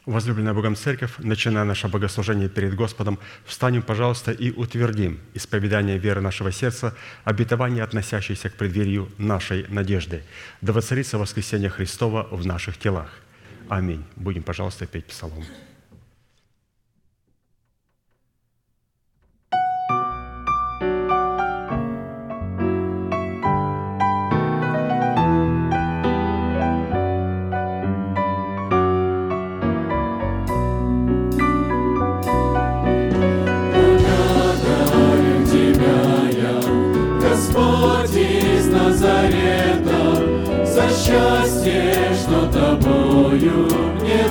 Возлюбленная Богом Церковь, начиная наше богослужение перед Господом, встанем, пожалуйста, и утвердим исповедание веры нашего сердца, обетование, относящееся к преддверию нашей надежды. Да воцарится воскресение Христова в наших телах. Аминь. Будем, пожалуйста, петь псалом. Господь из Назарета, за счастье, что Тобою мне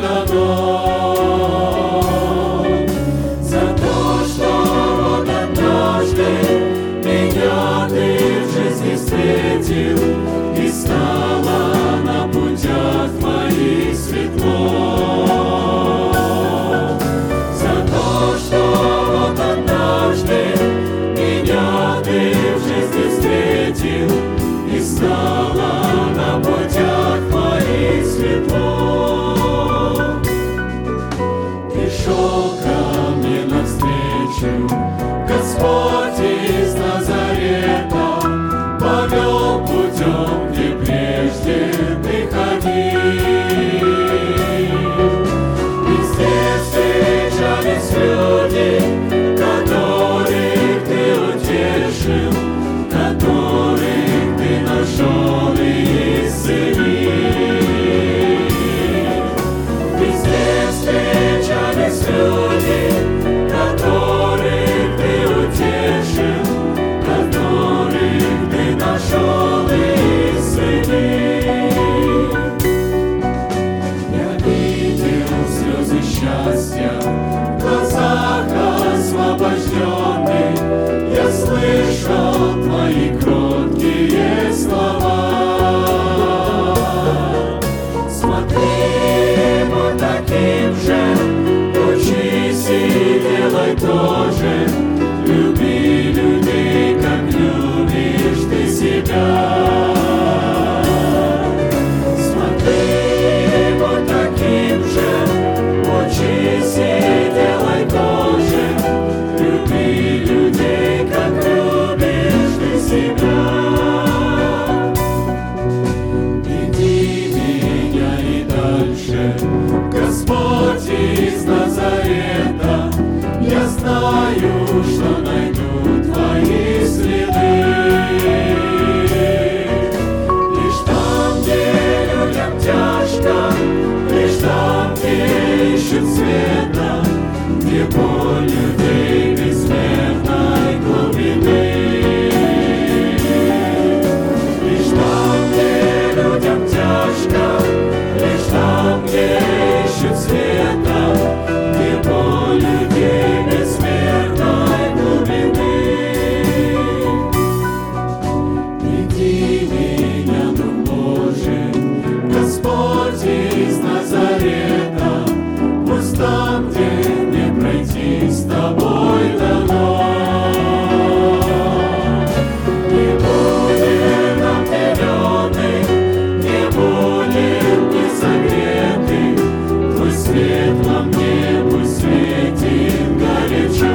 дано, за то, что вот однажды меня Ты в жизни встретил, и стало на путях моих светло, за то, что вот однажды меня Ты в жизни встретил, и стало на путях моих светло. Ты шел ко мне навстречу, Господь из Назарета, повел путем, где прежде Ты ходил. Везде встречались люди, которых Ты утешил, которых Ты нашел и исцелил. Везде встречались люди, которых Ты утешил, которых Ты нашел и исцелил. Я видел слезы счастья в глазах освобожденных, я слышал Твои кроткие слова. Смотри, будь таким же, учись и делай то же, люби людей, как любишь Ты себя. Смотри, будь таким же, учись и делай то же, люби людей, как любишь Ты себя. Веди меня и дальше, Господь из Назарета, я знаю, что найду Твои следы. Лишь там, где людям тяжко, лишь там, где ищут света, где боль людей безмерной глубины. Лишь там, где людям тяжко, лишь там, где ищут света, где боль людей безмерной глубины. Веди меня, Дух Божий, Господь из Назарета, пусть там, где мне пройти с Тобой дано. Не будем обделенных, не будем не согреты, Твой свет во мне пусть светит горячо.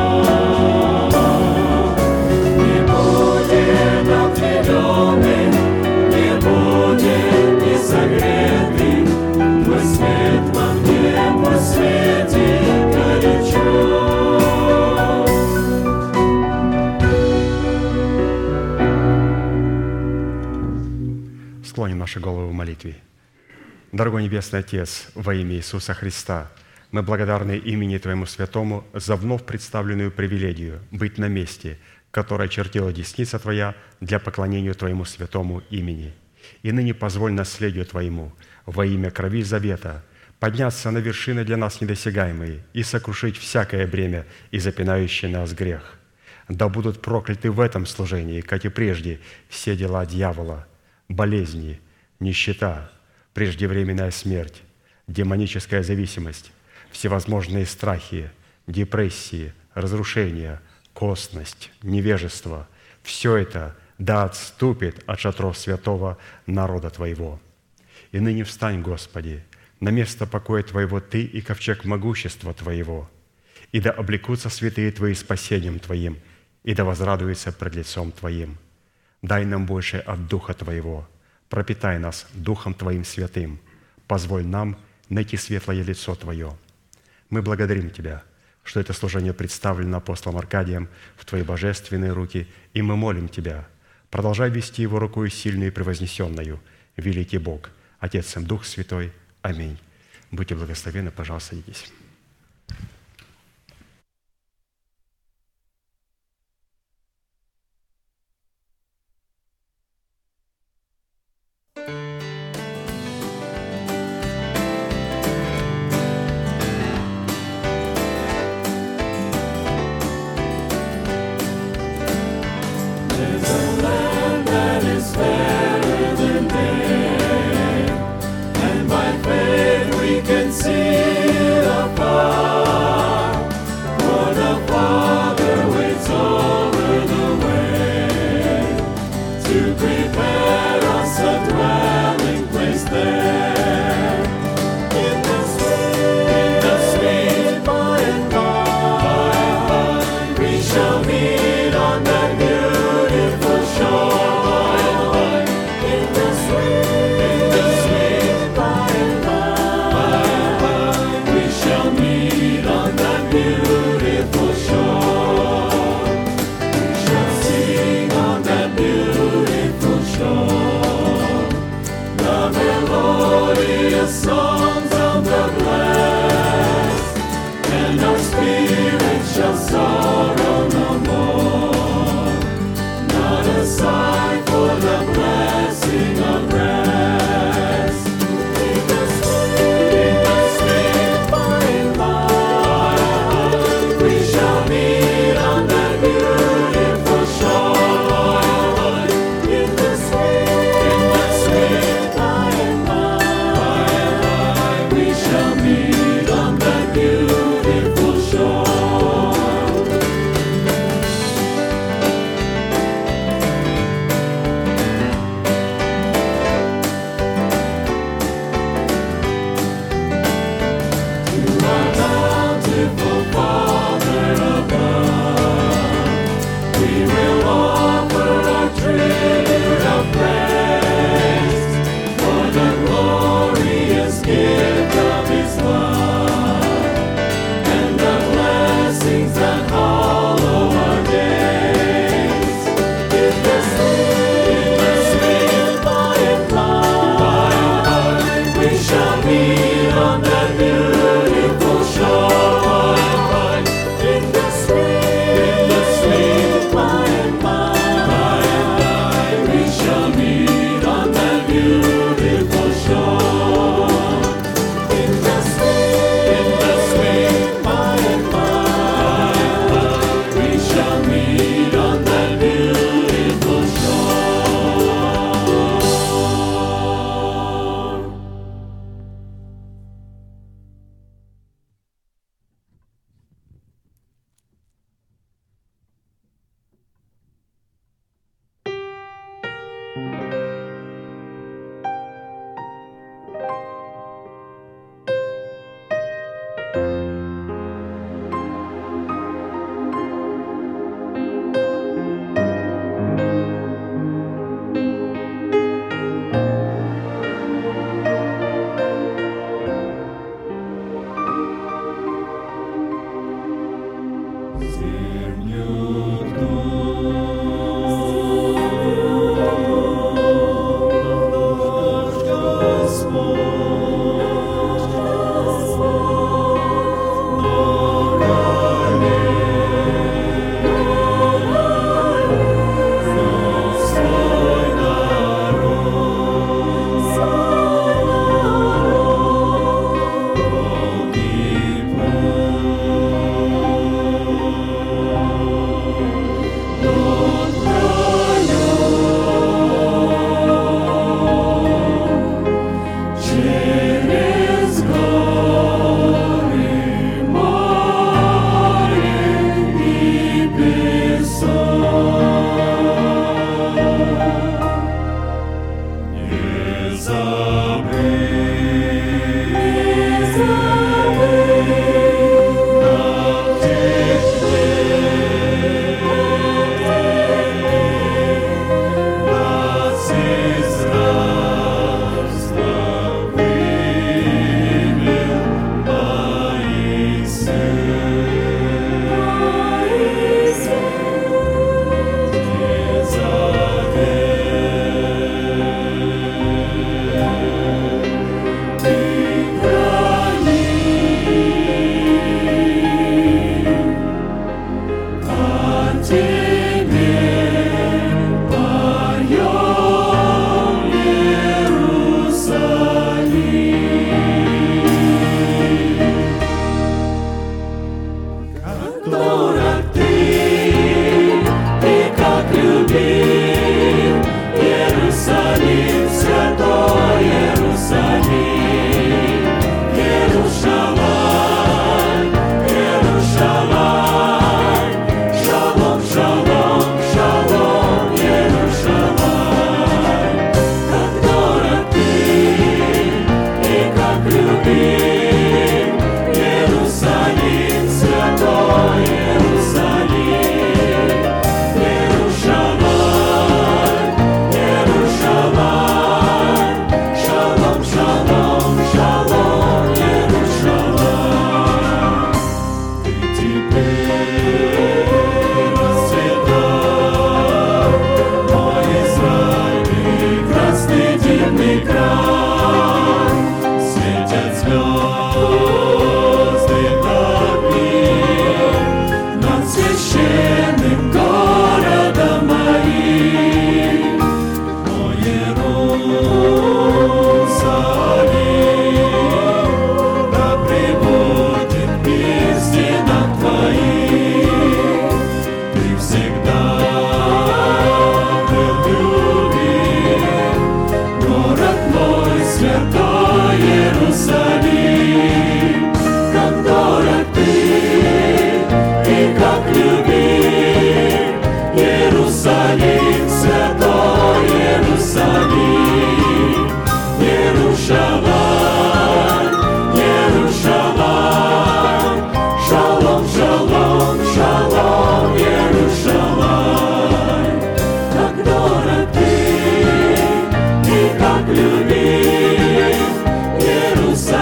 Не будем обделенных, не будем не согреты, Твой свет во мне пусть светит горячо. Склоним наши головы в молитве. Дорогой Небесный Отец, во имя Иисуса Христа, мы благодарны имени Твоему Святому за вновь представленную привилегию быть на месте, которое чертила десница Твоя для поклонения Твоему святому имени. И ныне позволь наследию Твоему во имя крови завета подняться на вершины для нас недосягаемые и сокрушить всякое бремя и запинающий нас грех. Да будут прокляты в этом служении, как и прежде, все дела дьявола, болезни, нищета, преждевременная смерть, демоническая зависимость, всевозможные страхи, депрессии, разрушения, косность, невежество – все это да отступит от шатров святого народа Твоего. И ныне встань, Господи, на место покоя Твоего Ты и ковчег могущества Твоего, и да облекутся святые Твои спасением Твоим, и да возрадуются пред лицом Твоим. Дай нам больше от Духа Твоего, пропитай нас Духом Твоим святым, позволь нам найти светлое лицо Твое. Мы благодарим Тебя, что это служение представлено апостолом Аркадием в Твои божественные руки, и мы молим Тебя, продолжай вести его рукою сильную и превознесенную, великий Бог, Отец и Дух Святой. Аминь. Будьте благословенны, пожалуйста, садитесь.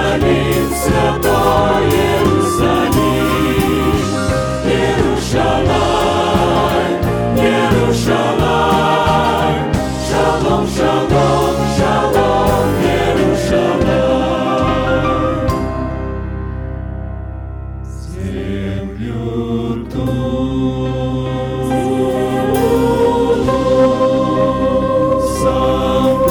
Иерусалим, святой Иерусалим, Иерушалайм, Иерушалайм, шалом, шалом, шалом, Иерушалайм. Землю ту сам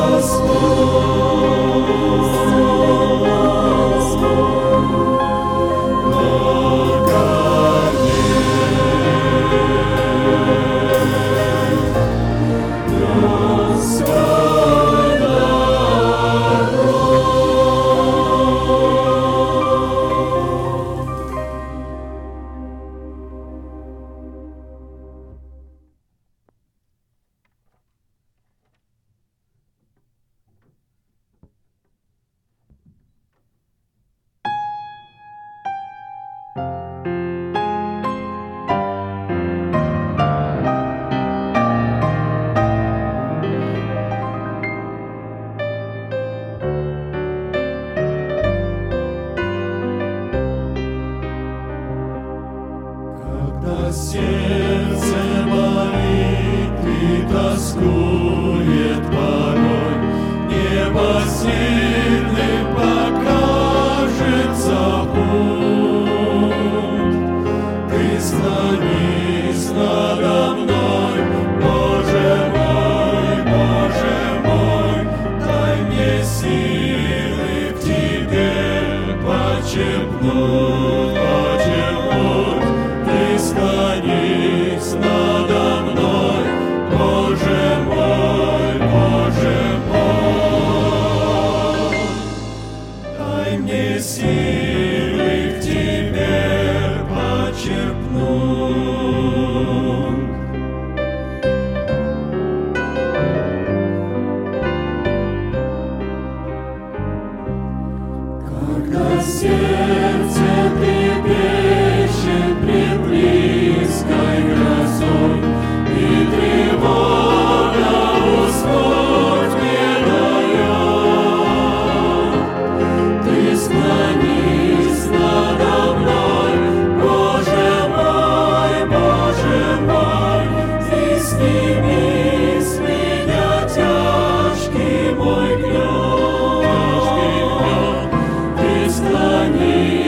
когда сердце болит и тоскует порой, непосильным покажется путь. Ты склонись надо мной, Боже мой, дай мне силы к Тебе почерпнуть. Ты склонись надо мной, Боже мой, дай мне силы к Тебе почерпнуть. Когда сердце трепещет пред близкой грозой, и тревога уснуть не дает, Ты склонись надо мной, Боже мой, и сними с меня тяжкий мой гнет. Ты склонись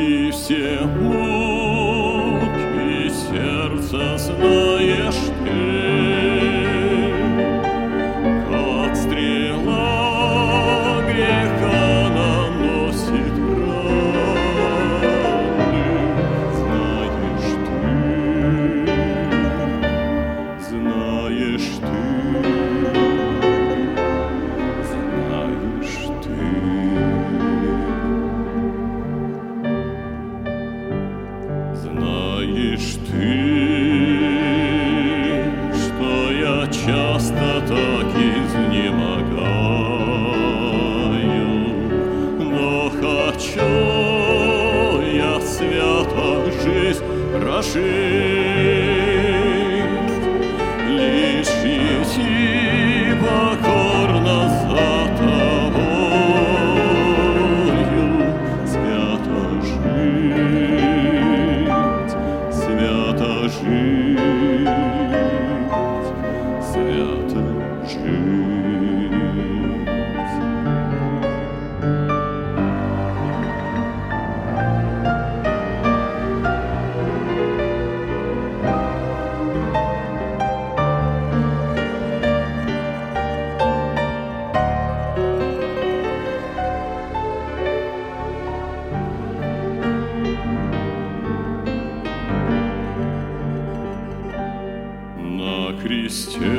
И все муки сердца знаешь ты, как стрела греха наносит раны. Знаешь ты, знаешь ты, знаешь ты. Знаешь ты, что я часто так изнемогаю, но хочу я свято жизнь прожить, лишь идти покорно за тобою, свято жить, свято жить, свято жить. На кресте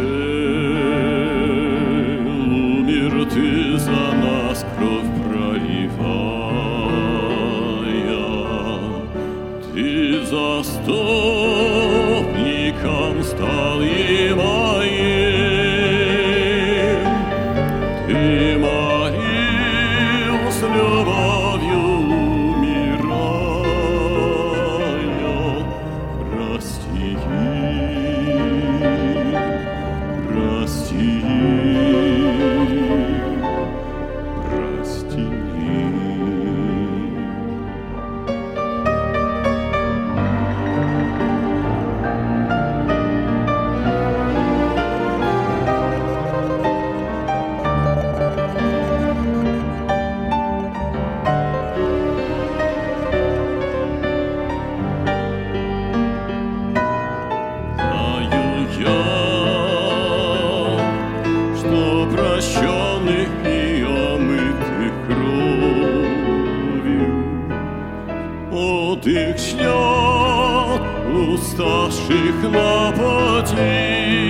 умер ты за нас, кровь проливая. Ты заступником стал и моим. Ты молил с любовью умирая. Прости прости, прости. Знаю я, что прощенных и омытых кровью отдых ждет уставших на пути.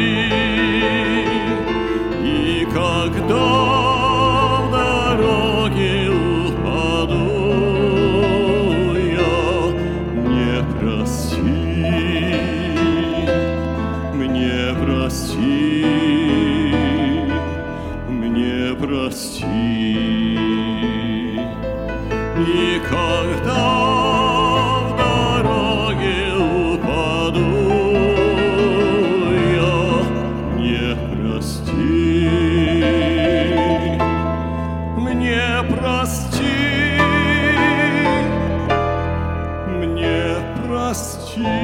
И когда в дороге упаду я, мне прости, мне прости, мне прости. И когда в дороге упаду я, мне прости, мне прости, мне прости.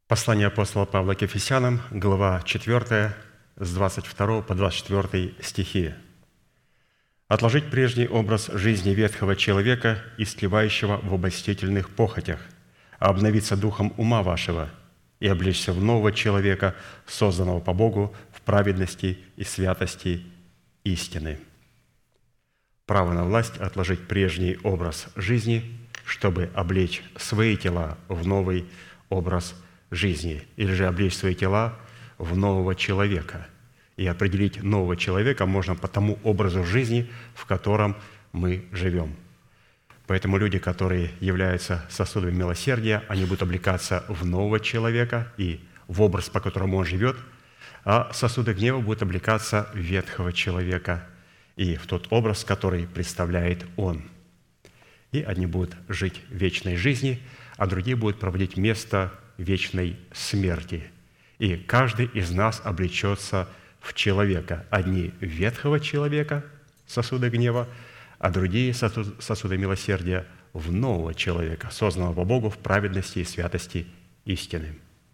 Послание апостола Павла к Ефесянам, глава 4, с 22 по 24 стихи. «Отложить прежний образ жизни ветхого человека, истлевающего в обольстительных похотях, а обновиться духом ума вашего и облечься в нового человека, созданного по Богу в праведности и святости истины». Право на власть отложить прежний образ жизни, чтобы облечь свои тела в новый образ жизни, или же облечь свои тела в нового человека. И определить нового человека можно по тому образу жизни, в котором мы живем. Поэтому люди, которые являются сосудами милосердия, они будут облекаться в нового человека и в образ, по которому он живет, а сосуды гнева будут облекаться в ветхого человека и в тот образ, который представляет он. И одни будут жить в вечной жизни, а другие будут проводить место вечной смерти. И каждый из нас облечется в человека. Одни в ветхого человека, сосуды гнева, а другие сосуды милосердия в нового человека, созданного по Богу в праведности и святости истины.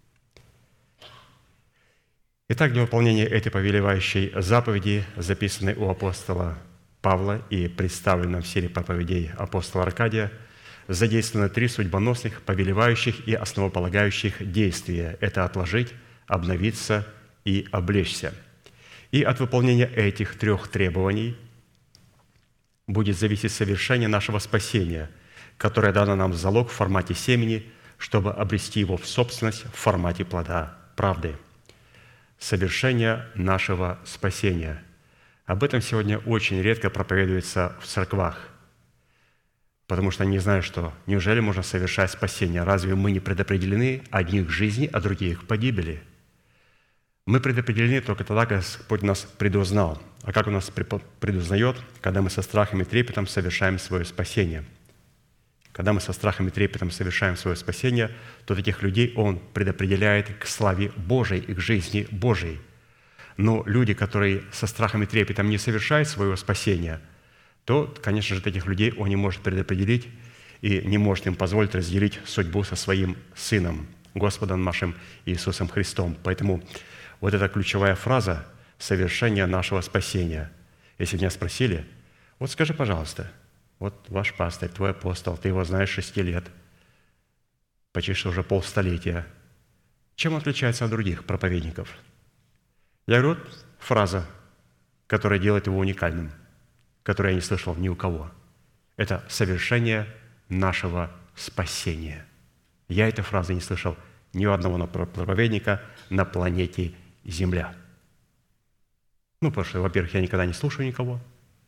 Итак, для выполнения этой повелевающей заповеди, записанной у апостола Павла и представленной в серии проповедей апостола Аркадия, задействованы 3 судьбоносных, повелевающих и основополагающих действия. Это отложить, обновиться и облечься. И от выполнения этих 3 требований будет зависеть совершение нашего спасения, которое дано нам в залог в формате семени, чтобы обрести его в собственность в формате плода правды. Совершение нашего спасения. Об этом сегодня очень редко проповедуется в церквах, потому что они не знают, что неужели можно совершать спасение? Разве мы не предопределены одних к жизни, а других к погибели? Мы предопределены только тогда, когда Господь нас предузнал. А как Он нас предузнает? Когда мы со страхом и трепетом совершаем свое спасение. Когда мы со страхом и трепетом совершаем свое спасение, то таких людей Он предопределяет к славе Божией и к жизни Божией. Но люди, которые со страхом и трепетом не совершают своего спасения, то, конечно же, таких людей Он не может предопределить и не может им позволить разделить судьбу со Своим Сыном, Господом нашим Иисусом Христом. Поэтому вот эта ключевая фраза «совершение нашего спасения». Если меня спросили, вот скажи, пожалуйста, вот ваш пастырь, твой апостол, ты его знаешь 6 лет, почти что уже полстолетия. Чем он отличается от других проповедников? Я говорю, вот фраза, которая делает его уникальным, которую я не слышал ни у кого. Это совершение нашего спасения. Я этой фразы не слышал ни у одного проповедника на планете Земля. Потому что, во-первых, я никогда не слушаю никого.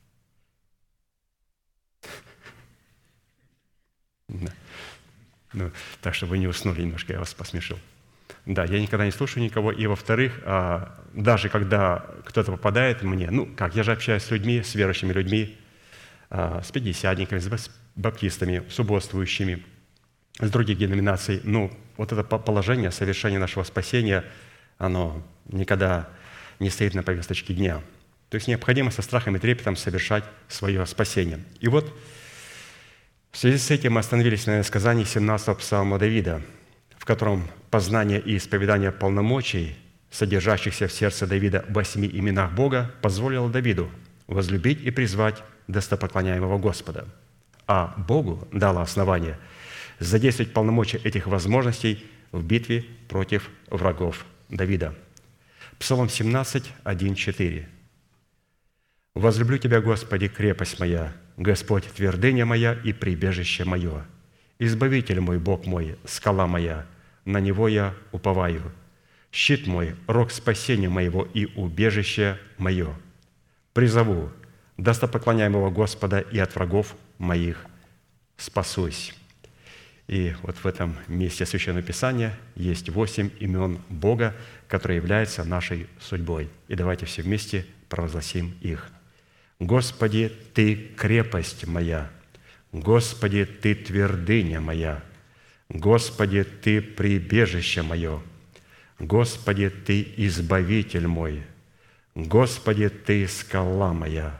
Так что вы не уснули немножко, я вас посмешил. Да, я никогда не слушаю никого. И, во-вторых, даже когда кто-то попадает мне, я же общаюсь с людьми, с верующими людьми, с пятидесятниками, с баптистами, субботствующими, с других деноминаций. Вот это положение совершения нашего спасения, оно никогда не стоит на повесточке дня. То есть необходимо со страхом и трепетом совершать свое спасение. И вот в связи с этим мы остановились на сказании 17-го псалма Давида, в котором познание и исповедание полномочий, содержащихся в сердце Давида в 8 именах Бога, позволило Давиду возлюбить и призвать достопоклоняемого Господа. А Богу дало основание задействовать полномочия этих возможностей в битве против врагов Давида. Псалом 17, 1, 4. «Возлюблю Тебя, Господи, крепость моя, Господь, твердыня моя и прибежище мое, Избавитель мой, Бог мой, скала моя, на Него я уповаю, щит мой, рог спасения моего и убежище мое. Призову достопоклоняемого Господа и от врагов моих спасусь». И вот в этом месте Священного Писания есть 8 имен Бога, которые являются нашей судьбой. И давайте все вместе провозгласим их. «Господи, Ты крепость моя, Господи, Ты твердыня моя, Господи, Ты прибежище мое, Господи, Ты избавитель мой, Господи, Ты скала моя,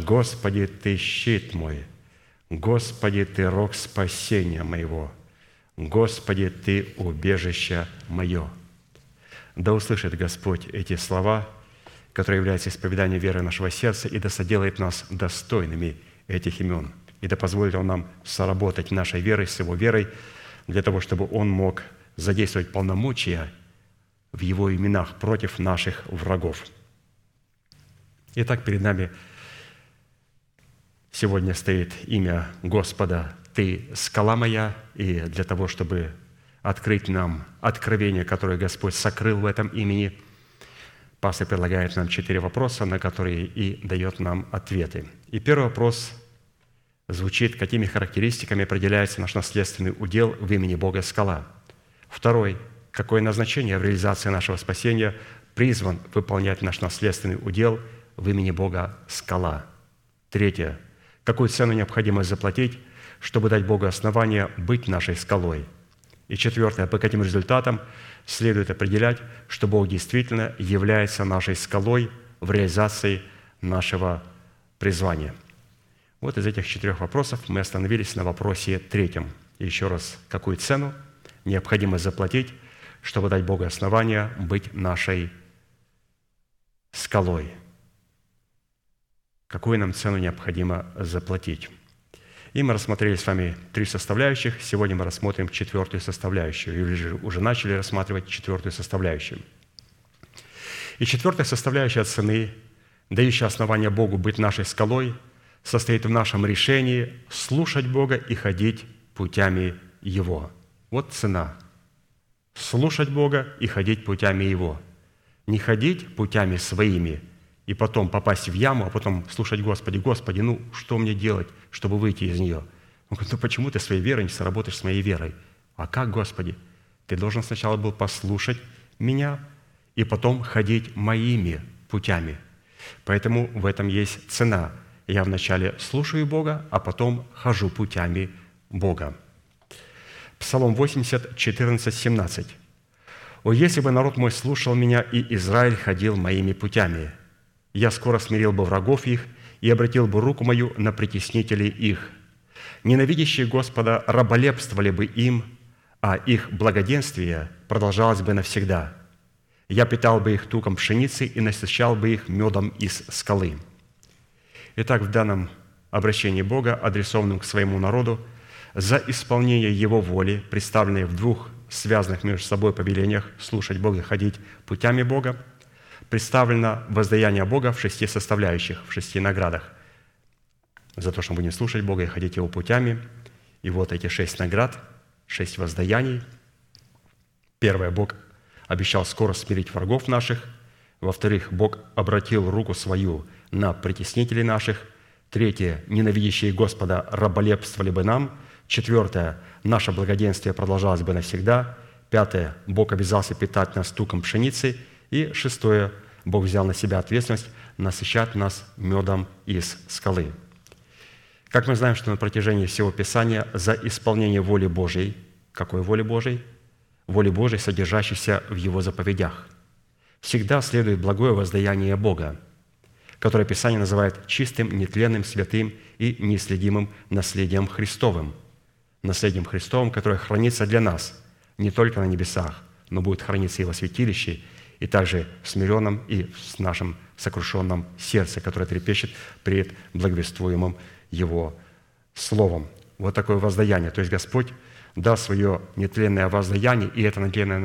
Господи, Ты щит мой, Господи, Ты рог спасения моего, Господи, Ты убежище мое». Да услышит Господь эти слова, которые являются исповеданием веры нашего сердца, и да соделает нас достойными этих имен. И да позволит Он нам соработать нашей верой с Его верой, для того, чтобы Он мог задействовать полномочия в Его именах против наших врагов. Итак, перед нами сегодня стоит имя Господа «Ты скала моя», и для того, чтобы открыть нам откровение, которое Господь сокрыл в этом имени, пастор предлагает нам 4 вопроса, на которые и дает нам ответы. И первый вопрос звучит: какими характеристиками определяется наш наследственный удел в имени Бога скала? Второй: какое назначение в реализации нашего спасения призван выполнять наш наследственный удел в имени Бога скала? Третье: какую цену необходимо заплатить, чтобы дать Богу основание быть нашей скалой? И четвертое: по каким результатам следует определять, что Бог действительно является нашей скалой в реализации нашего призвания? Вот из этих 4 вопросов мы остановились на вопросе 3. Еще раз: какую цену необходимо заплатить, чтобы дать Богу основание быть нашей скалой? Какую нам цену необходимо заплатить? И мы рассмотрели с вами 3 составляющих. Сегодня мы рассмотрим 4-ю составляющую, или же уже начали рассматривать 4-ю составляющую. И 4-я составляющая цены, дающая основание Богу быть нашей скалой, состоит в нашем решении слушать Бога и ходить путями Его. Вот цена. Слушать Бога и ходить путями Его. Не ходить путями своими и потом попасть в яму, а потом слушать Господи: «Господи, ну что мне делать, чтобы выйти из нее?» Он говорит: «Ну почему ты своей верой не сработаешь с моей верой?» «А как, Господи? Ты должен сначала был послушать меня и потом ходить моими путями». Поэтому в этом есть цена. Я вначале слушаю Бога, а потом хожу путями Бога. Псалом 80, 14, 17. «О, если бы народ мой слушал меня, и Израиль ходил моими путями, я скоро смирил бы врагов их и обратил бы руку мою на притеснителей их. Ненавидящие Господа раболепствовали бы им, а их благоденствие продолжалось бы навсегда. Я питал бы их туком пшеницы и насыщал бы их медом из скалы». Итак, в данном обращении Бога, адресованном к своему народу, за исполнение Его воли, представленной в 2 связанных между собой повелениях слушать Бога и ходить путями Бога, представлено воздаяние Бога в 6 составляющих, в 6 наградах. За то, что мы будем слушать Бога и ходить Его путями. И вот эти 6 наград, 6 воздаяний. Первое: Бог обещал скоро смирить врагов наших. Во-вторых, Бог обратил руку свою на притеснителей наших. Третье: ненавидящие Господа раболепствовали бы нам. Четвертое: наше благоденствие продолжалось бы навсегда. Пятое: Бог обязался питать нас туком пшеницы. И шестое: Бог взял на себя ответственность насыщать нас медом из скалы. Как мы знаем, что на протяжении всего Писания за исполнение воли Божьей, какой воли Божьей? Воли Божьей, содержащейся в Его заповедях, всегда следует благое воздаяние Бога, которое Писание называет чистым, нетленным, святым и неисследимым наследием Христовым. Наследием Христовым, которое хранится для нас не только на небесах, но будет храниться и во святилище, и также в смиренном и в нашем сокрушенном сердце, которое трепещет пред благовествуемым Его Словом. Вот такое воздаяние. То есть Господь дал свое нетленное воздаяние, и это нетленное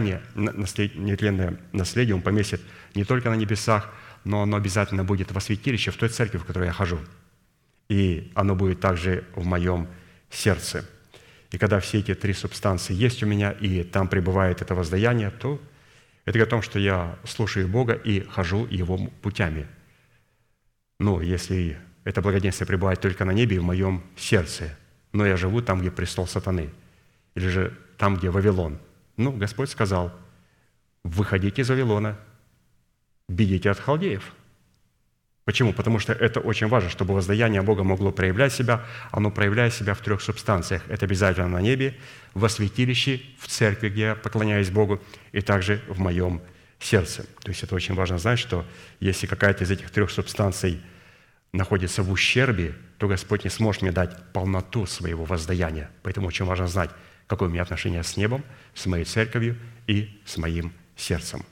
наследие Он поместит не только на небесах, но оно обязательно будет во святилище, в той церкви, в которой я хожу. И оно будет также в моем сердце. И когда все эти 3 субстанции есть у меня, и там пребывает это воздаяние, то это говорит о том, что я слушаю Бога и хожу Его путями. Ну, если это благоденствие пребывает только на небе и в моем сердце, но я живу там, где престол сатаны, или же там, где Вавилон. Ну, Господь сказал: выходите из Вавилона, бегите от халдеев. Почему? Потому что это очень важно, чтобы воздаяние Бога могло проявлять себя. Оно проявляет себя в 3 субстанциях. Это обязательно на небе, во святилище, в церкви, где я поклоняюсь Богу, и также в моем сердце. То есть это очень важно знать, что если какая-то из этих 3 субстанций находится в ущербе, то Господь не сможет мне дать полноту своего воздаяния. Поэтому очень важно знать, какое у меня отношение с небом, с моей церковью и с моим сердцем.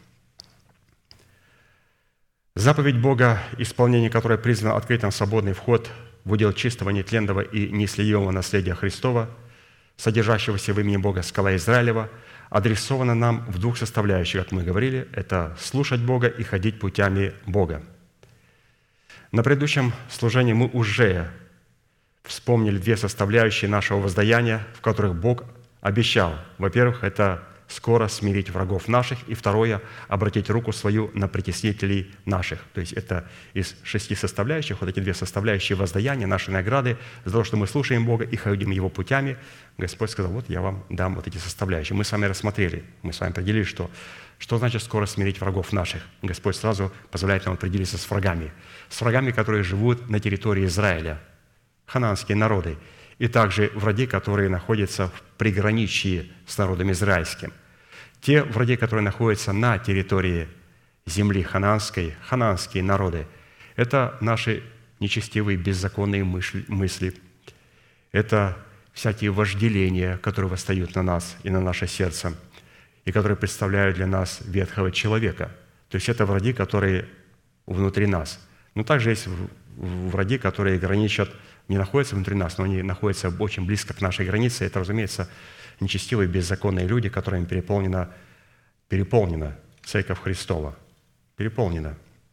Заповедь Бога, исполнение которой призвано открыть нам свободный вход в удел чистого, нетленного и неслоимого наследия Христова, содержащегося в имени Бога скала Израилева, адресована нам в двух составляющих, как мы говорили, это слушать Бога и ходить путями Бога. На предыдущем служении мы уже вспомнили две составляющие нашего воздаяния, в которых Бог обещал. Во-первых, это скоро смирить врагов наших, и второе – обратить руку свою на притеснителей наших. То есть это из 6 составляющих, вот эти две составляющие воздаяния, нашей награды, за то, что мы слушаем Бога и ходим Его путями. Господь сказал, вот я вам дам вот эти составляющие. Мы с вами рассмотрели, мы с вами определили, что значит скоро смирить врагов наших. Господь сразу позволяет нам определиться с врагами, которые живут на территории Израиля, хананские народы, и также враги, которые находятся в приграничии с народом израильским. Те враги, которые находятся на территории земли хананской, хананские народы, это наши нечестивые, беззаконные мысли, это всякие вожделения, которые восстают на нас и на наше сердце, и которые представляют для нас ветхого человека. То есть это враги, которые внутри нас. Но также есть враги, которые граничат, не находятся внутри нас, но они находятся очень близко к нашей границе. Это, разумеется, нечестивые, беззаконные люди, которыми переполнена Церковь Христова. Переполнена.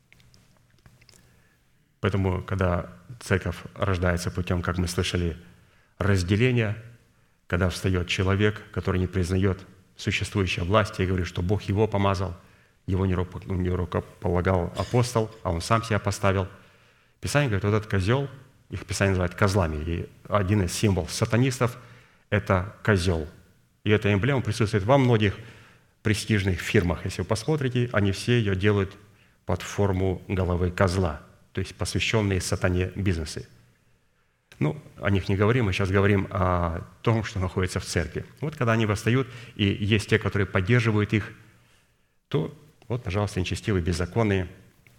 Поэтому, когда Церковь рождается путем, как мы слышали, разделения, когда встает человек, который не признает существующей власти и говорит, что Бог его помазал, его не рукополагал апостол, а он сам себя поставил. Писание говорит, вот этот козел, их Писание называет козлами, и один из символов сатанистов – это козел. И эта эмблема присутствует во многих престижных фирмах. Если вы посмотрите, они все ее делают под форму головы козла, то есть посвященные сатане бизнесы. О них не говорим, мы сейчас говорим о том, что находится в церкви. Вот когда они восстают, и есть те, которые поддерживают их, то вот, пожалуйста, нечестивые, беззаконные,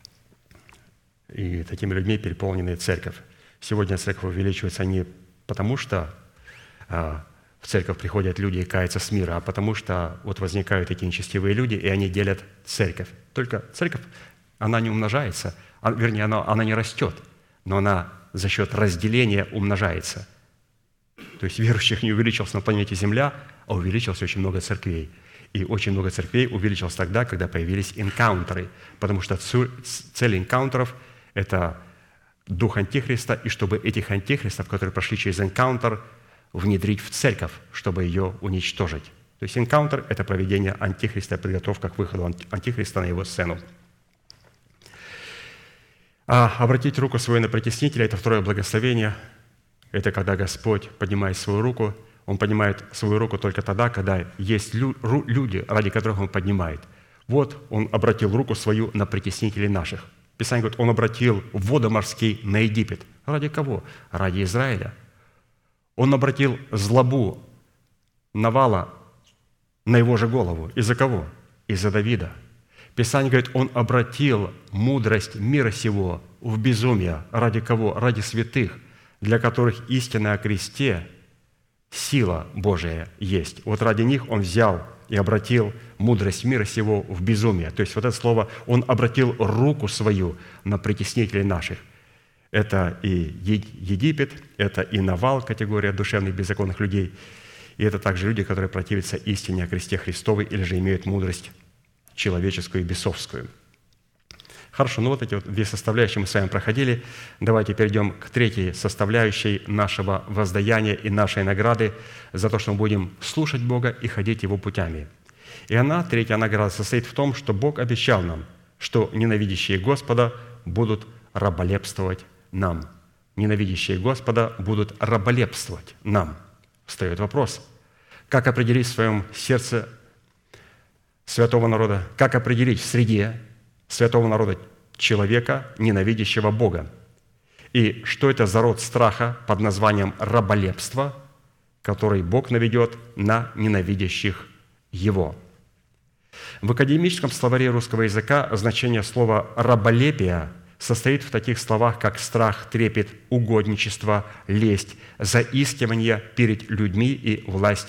и такими людьми переполненная церковь. Сегодня церковь увеличивается не потому, что в церковь приходят люди и каются с мира, а потому что вот возникают эти нечестивые люди, и они делят церковь. Только церковь, она не умножается, вернее, она не растет, но она за счет разделения умножается. То есть верующих не увеличилось на планете Земля, а увеличилось очень много церквей. И очень много церквей увеличилось тогда, когда появились энкаунтеры, потому что цель энкаунтеров – это дух Антихриста, и чтобы этих антихристов, которые прошли через энкаунтер, внедрить в церковь, чтобы ее уничтожить. То есть энкаунтер – это проведение Антихриста, подготовка к выходу Антихриста на его сцену. А обратить руку свою на притеснителя – это второе благословение. Это когда Господь поднимает свою руку. Он поднимает свою руку только тогда, когда есть люди, ради которых Он поднимает. Вот Он обратил руку свою на притеснителей наших. Писание говорит, Он обратил воды морские на Египет. Ради кого? Ради Израиля. Он обратил злобу Навала на его же голову. Из-за кого? Из-за Давида. Писание говорит, Он обратил мудрость мира сего в безумие. Ради кого? Ради святых, для которых истина о кресте, сила Божия есть. Вот ради них Он взял и обратил мудрость мира сего в безумие. То есть вот это слово «Он обратил руку свою на притеснителей наших». Это и Египет, это и Навал, категория душевных беззаконных людей, и это также люди, которые противятся истине о кресте Христовой или же имеют мудрость человеческую и бесовскую. Хорошо, вот эти вот две составляющие мы с вами проходили. Давайте перейдем к третьей составляющей нашего воздаяния и нашей награды за то, что мы будем слушать Бога и ходить Его путями. И она, третья награда, состоит в том, что Бог обещал нам, что ненавидящие Господа будут раболепствовать нам. Ненавидящие Господа будут раболепствовать нам. Встает вопрос, как определить в своем сердце святого народа, как определить в среде святого народа человека, ненавидящего Бога. И что это за род страха под названием раболепство, который Бог наведет на ненавидящих Его. В академическом словаре русского языка значение слова «раболепие» состоит в таких словах, как страх, трепет, угодничество, лесть, заискивание перед людьми и власть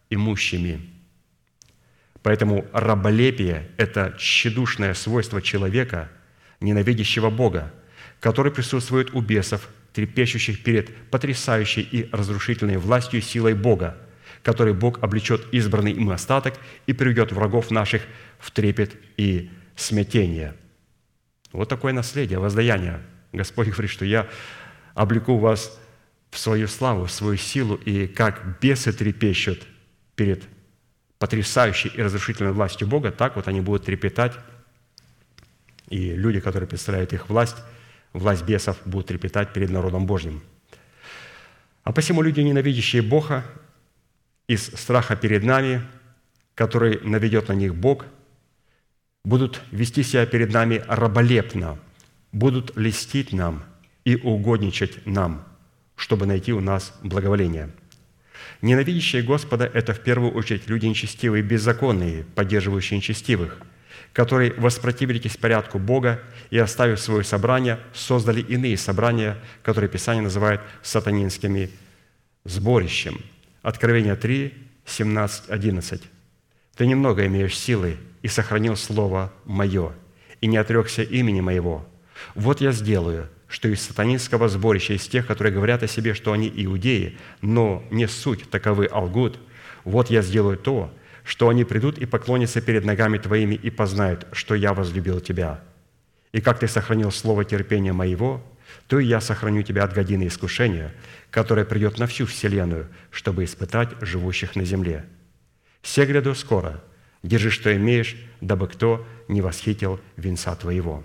имущими. Поэтому раболепие – это тщедушное свойство человека, ненавидящего Бога, который присутствует у бесов, трепещущих перед потрясающей и разрушительной властью и силой Бога, который Бог облечет избранный им остаток и приведет врагов наших в трепет и смятение. Вот такое наследие, воздаяние. Господь говорит, что я облеку вас в свою славу, в свою силу, и как бесы трепещут перед потрясающей и разрушительной властью Бога, так вот они будут трепетать, и люди, которые представляют их власть бесов, будут трепетать перед народом Божьим. А посему люди, ненавидящие Бога, из страха перед нами, который наведет на них Бог, будут вести себя перед нами раболепно, будут льстить нам и угодничать нам, чтобы найти у нас благоволение. Ненавидящие Господа – это в первую очередь люди нечестивые и беззаконные, поддерживающие нечестивых, которые воспротивились порядку Бога и, оставив свое собрание, создали иные собрания, которые Писание называет сатанинскими сборищем. Откровение 3, 17, 11. «Ты немного имеешь силы и сохранил слово Мое, и не отрекся имени Моего. Вот я сделаю, что из сатанинского сборища, из тех, которые говорят о себе, что они иудеи, но не суть таковы, а лгут, вот я сделаю то, что они придут и поклонятся перед ногами Твоими и познают, что я возлюбил Тебя. И как Ты сохранил слово терпения Моего, то и я сохраню тебя от годины искушения, которое придет на всю вселенную, чтобы испытать живущих на земле. Се гряду скоро, держи, что имеешь, дабы кто не восхитил венца твоего».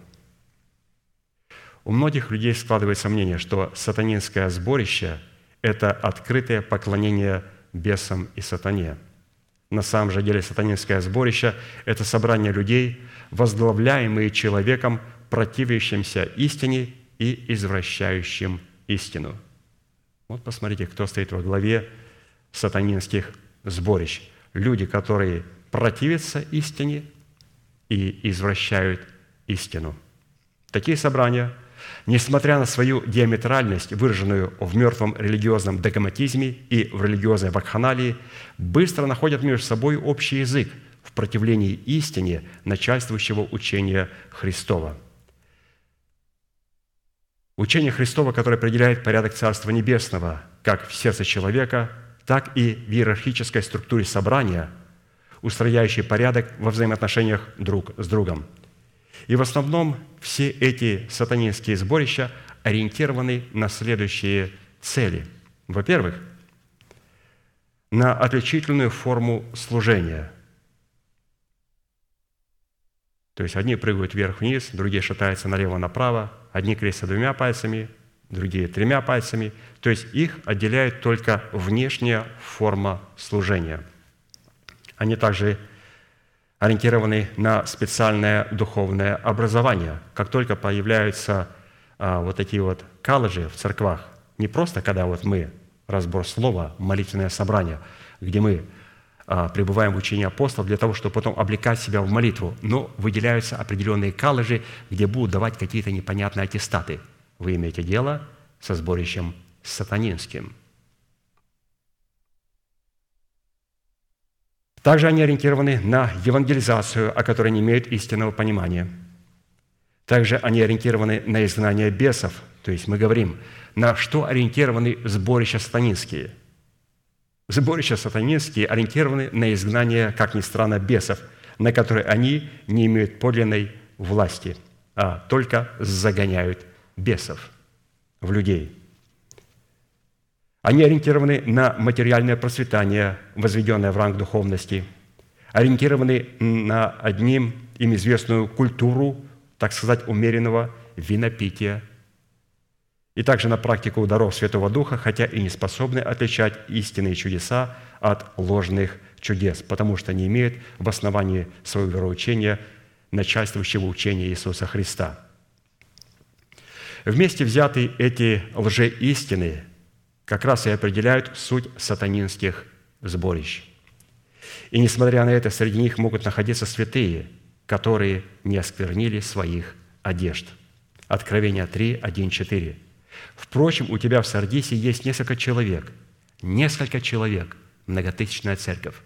У многих людей складывается мнение, что сатанинское сборище – это открытое поклонение бесам и сатане. На самом же деле сатанинское сборище – это собрание людей, возглавляемые человеком, противящимся истине и извращающим истину. Вот посмотрите, кто стоит во главе сатанинских сборищ. Люди, которые противятся истине и извращают истину. Такие собрания, несмотря на свою диаметральность, выраженную в мертвом религиозном догматизме и в религиозной вакханалии, быстро находят между собой общий язык в противлении истине начальствующего учения Христова. Учение Христова, которое определяет порядок Царства Небесного как в сердце человека, так и в иерархической структуре собрания, устрояющей порядок во взаимоотношениях друг с другом. И в основном все эти сатанинские сборища ориентированы на следующие цели. Во-первых, на отличительную форму служения. То есть одни прыгают вверх-вниз, другие шатаются налево-направо, одни крестятся 2 пальцами, другие 3 пальцами. То есть их отделяет только внешняя форма служения. Они также ориентированы на специальное духовное образование. Как только появляются вот такие вот колледжи в церквах, не просто когда вот мы, разбор слова, молитвенное собрание, где мы пребываем в учении апостолов для того, чтобы потом облекать себя в молитву, но выделяются определенные колледжи, где будут давать какие-то непонятные аттестаты. Вы имеете дело со сборищем сатанинским. Также они ориентированы на евангелизацию, о которой не имеют истинного понимания. Также они ориентированы на изгнание бесов. То есть мы говорим, на что ориентированы сборища сатанинские. Сборища сатанинские ориентированы на изгнание, как ни странно, бесов, на которые они не имеют подлинной власти, а только загоняют бесов в людей. Они ориентированы на материальное процветание, возведенное в ранг духовности, ориентированы на одним им известную культуру, так сказать, умеренного винопития, и также на практику даров Святого Духа, хотя и не способны отличать истинные чудеса от ложных чудес, потому что не имеют в основании своего вероучения начальствующего учения Иисуса Христа. Вместе взятые эти лжеистины как раз и определяют суть сатанинских сборищ. И несмотря на это, среди них могут находиться святые, которые не осквернили своих одежд. Откровение 3, 1, 4. «Впрочем, у тебя в Сардисе есть несколько человек, многотысячная церковь,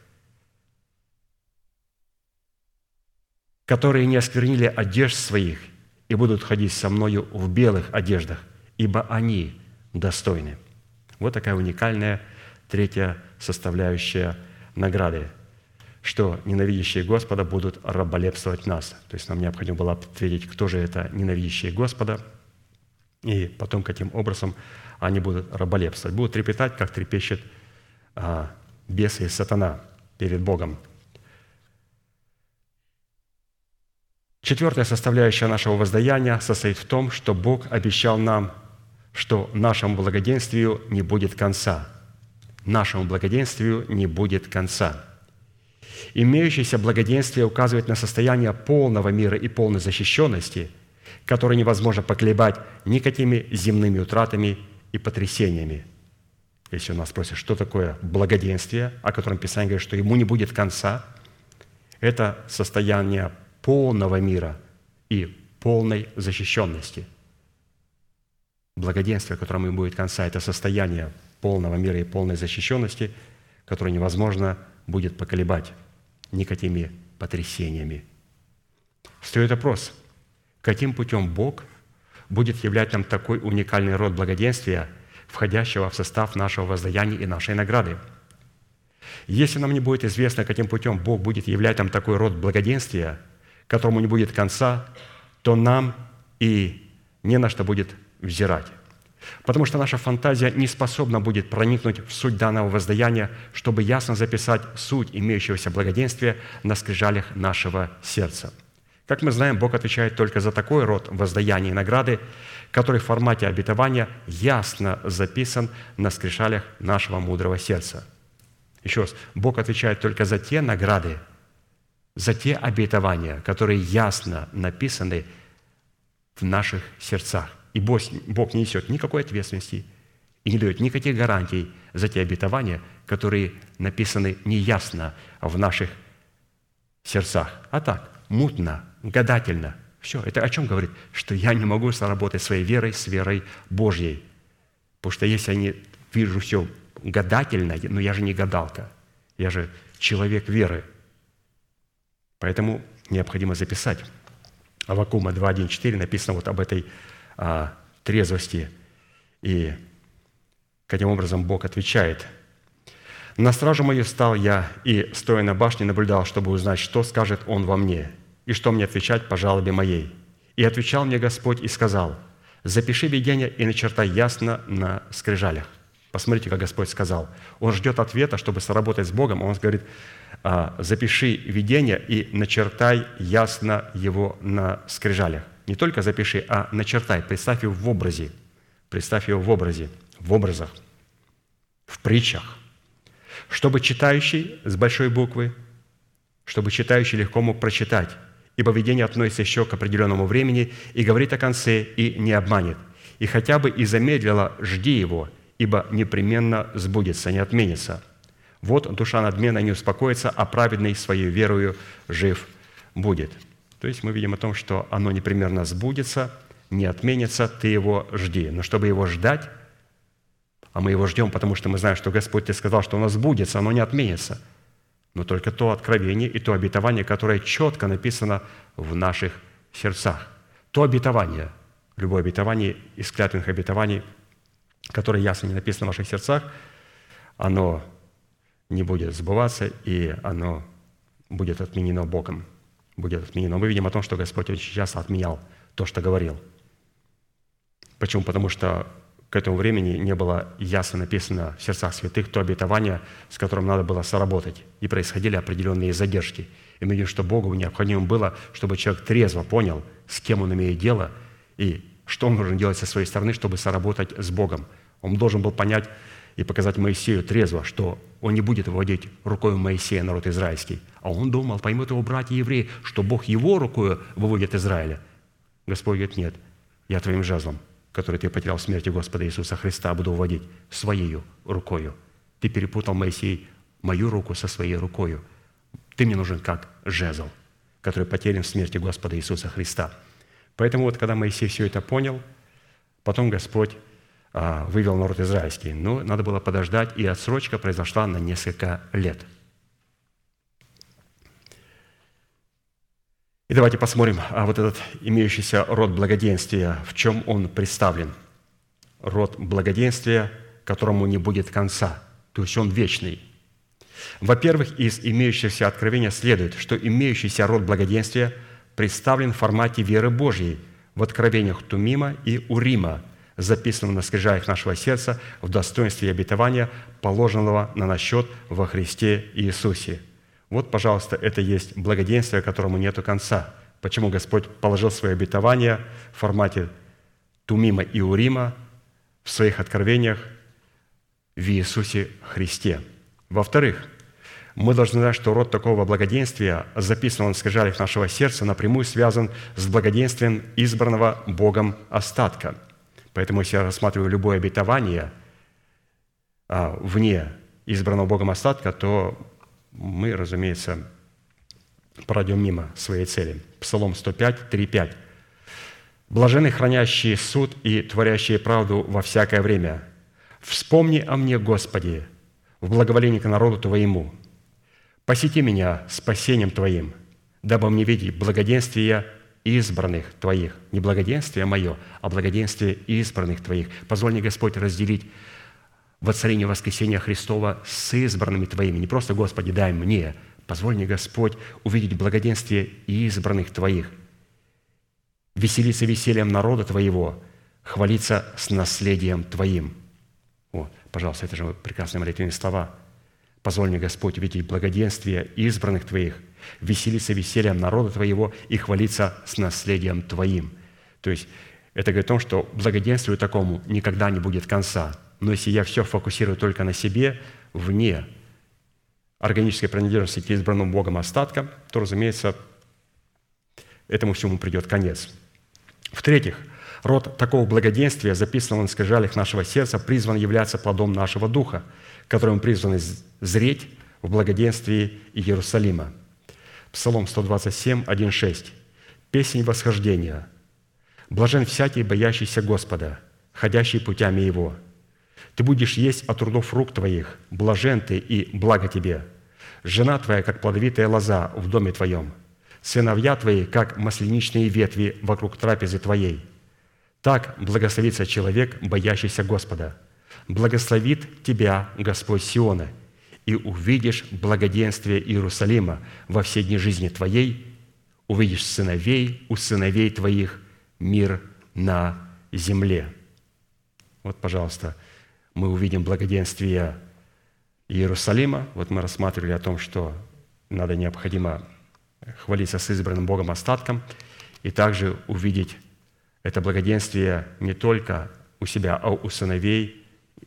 которые не осквернили одежд своих и будут ходить со мною в белых одеждах, ибо они достойны». Вот такая уникальная третья составляющая награды, что ненавидящие Господа будут раболепствовать нас. То есть нам необходимо было ответить, кто же это ненавидящие Господа, и потом каким образом они будут раболепствовать. Будут трепетать, как трепещет бесы и сатана перед Богом. Четвертая составляющая нашего воздаяния состоит в том, что Бог обещал нам, что нашему благоденствию не будет конца. Нашему благоденствию не будет конца. Имеющееся благоденствие указывает на состояние полного мира и полной защищенности, которое невозможно поколебать никакими земными утратами и потрясениями. Если у нас спросят, что такое благоденствие, о котором Писание говорит, что ему не будет конца, это состояние полного мира и полной защищенности. Благоденствие, которому не будет конца, это состояние полного мира и полной защищенности, которое невозможно будет поколебать никакими потрясениями. Встает вопрос, каким путем Бог будет являть нам такой уникальный род благоденствия, входящего в состав нашего воздаяния и нашей награды? Если нам не будет известно, каким путем Бог будет являть нам такой род благоденствия, которому не будет конца, то нам и не на что будет взирать. Потому что наша фантазия не способна будет проникнуть в суть данного воздаяния, чтобы ясно записать суть имеющегося благоденствия на скрижалях нашего сердца. Как мы знаем, Бог отвечает только за такой род воздаяния и награды, который в формате обетования ясно записан на скрижалях нашего мудрого сердца. Еще раз, Бог отвечает только за те награды, за те обетования, которые ясно написаны в наших сердцах. И Бог не несет никакой ответственности и не дает никаких гарантий за те обетования, которые написаны неясно в наших сердцах. А так, мутно, гадательно. Все, это о чем говорит? Что я не могу соработать своей верой с верой Божьей. Потому что если я не вижу все гадательно, но я же не гадалка, я же человек веры. Поэтому необходимо записать. Аввакума 2:1-4 написано вот об этой трезвости. И каким образом Бог отвечает. «На стражу мою стал я, и, стоя на башне, наблюдал, чтобы узнать, что скажет Он во мне, и что мне отвечать по жалобе моей. И отвечал мне Господь и сказал: запиши видение и начертай ясно на скрижалях». Посмотрите, как Господь сказал. Он ждет ответа, чтобы сработать с Богом. Он говорит: запиши видение и начертай ясно его на скрижалях. Не только запиши, а начертай, представь его в образе. Представь его в образе, в образах, в притчах. Чтобы читающий с большой буквы, чтобы читающий легко мог прочитать, ибо видение относится еще к определенному времени и говорит о конце, и не обманет. И хотя бы и замедлило, жди его, ибо непременно сбудется, не отменится. Вот душа надменна не успокоится, а праведный своей верою жив будет. То есть мы видим о том, что оно непременно сбудется, не отменится, ты его жди. Но чтобы его ждать, а мы его ждем, потому что мы знаем, что Господь Ты сказал, что оно сбудется, оно не отменится. Но только то откровение и то обетование, которое четко написано в наших сердцах. То обетование, любое обетование из клятвенных обетований, которое ясно не написано в ваших сердцах, оно не будет сбываться, и оно будет отменено Богом. Будет отменено. Мы видим о том, что Господь очень часто отменял то, что говорил. Почему? Потому что к этому времени не было ясно написано в сердцах святых то обетование, с которым надо было соработать. И происходили определенные задержки. И мы видим, что Богу необходимо было, чтобы человек трезво понял, с кем он имеет дело, и что он должен делать со своей стороны, чтобы соработать с Богом. Он должен был понять и показать Моисею трезво, что он не будет выводить рукой Моисея народ израильский. А он думал, поймут его братья евреи, что Бог его рукой выводит Израиля. Господь говорит: нет, я твоим жезлом, который ты потерял в смерти Господа Иисуса Христа, буду выводить своей рукою. Ты перепутал, Моисей, мою руку со своей рукою. Ты мне нужен как жезл, который потерян в смерти Господа Иисуса Христа. Поэтому вот, когда Моисей все это понял, потом Господь вывел народ израильский. Но надо было подождать, и отсрочка произошла на несколько лет. И давайте посмотрим, вот этот имеющийся род благоденствия, в чем он представлен. Род благоденствия, которому не будет конца, то есть он вечный. Во-первых, из имеющегося откровения следует, что имеющийся род благоденствия представлен в формате веры Божьей в откровениях Тумима и Урима, записанном на скрижалях нашего сердца в достоинстве и обетования, положенного на наш счет во Христе Иисусе. Вот, пожалуйста, это есть благоденствие, которому нету конца. Почему Господь положил свои обетования в формате Тумима и Урима в своих откровениях в Иисусе Христе. Во-вторых, мы должны знать, что род такого благоденствия, записанного на скрижалях нашего сердца, напрямую связан с благоденствием избранного Богом остатка. Поэтому, если я рассматриваю любое обетование вне избранного Богом остатка, то мы, разумеется, пройдем мимо своей цели. Псалом 105, 3:5. «Блаженны, хранящие суд и творящие правду во всякое время. Вспомни о мне, Господи, в благоволении к народу Твоему. Посети меня спасением Твоим, дабы мне видеть благоденствие избранных Твоих». Не благоденствие мое, а благоденствие избранных Твоих. Позволь мне, Господь, разделить воцарение воскресения Христова с избранными Твоими. Не просто, Господи, дай мне. Позволь мне, Господь, увидеть благоденствие избранных Твоих. Веселиться весельем народа Твоего, хвалиться с наследием Твоим. Вот, пожалуйста, это же прекрасные молитвенные слова. Позволь мне, Господь, увидеть благоденствие избранных Твоих, веселиться весельем народа Твоего и хвалиться с наследием Твоим. То есть это говорит о том, что благоденствию такому никогда не будет конца. Но если я все фокусирую только на себе, вне органической принадлежности к избранному Богом остатка, то, разумеется, этому всему придет конец. В-третьих, род такого благоденствия, записанного на скрижалях нашего сердца, призван являться плодом нашего духа, которым мы призваны зреть в благоденствии Иерусалима. Псалом 127, 1:6. «Песнь восхождения. Блажен всякий, боящийся Господа, ходящий путями Его. Ты будешь есть от трудов рук твоих, блажен ты и благо тебе. Жена твоя, как плодовитая лоза в доме твоем, сыновья твои, как масленичные ветви вокруг трапезы твоей. Так благословится человек, боящийся Господа. Благословит тебя Господь Сиона, и увидишь благоденствие Иерусалима во все дни жизни твоей, увидишь сыновей у сыновей твоих, мир на земле». Вот, пожалуйста, мы увидим благоденствие Иерусалима. Вот мы рассматривали о том, что необходимо хвалиться с избранным Богом остатком и также увидеть это благоденствие не только у себя, а у сыновей,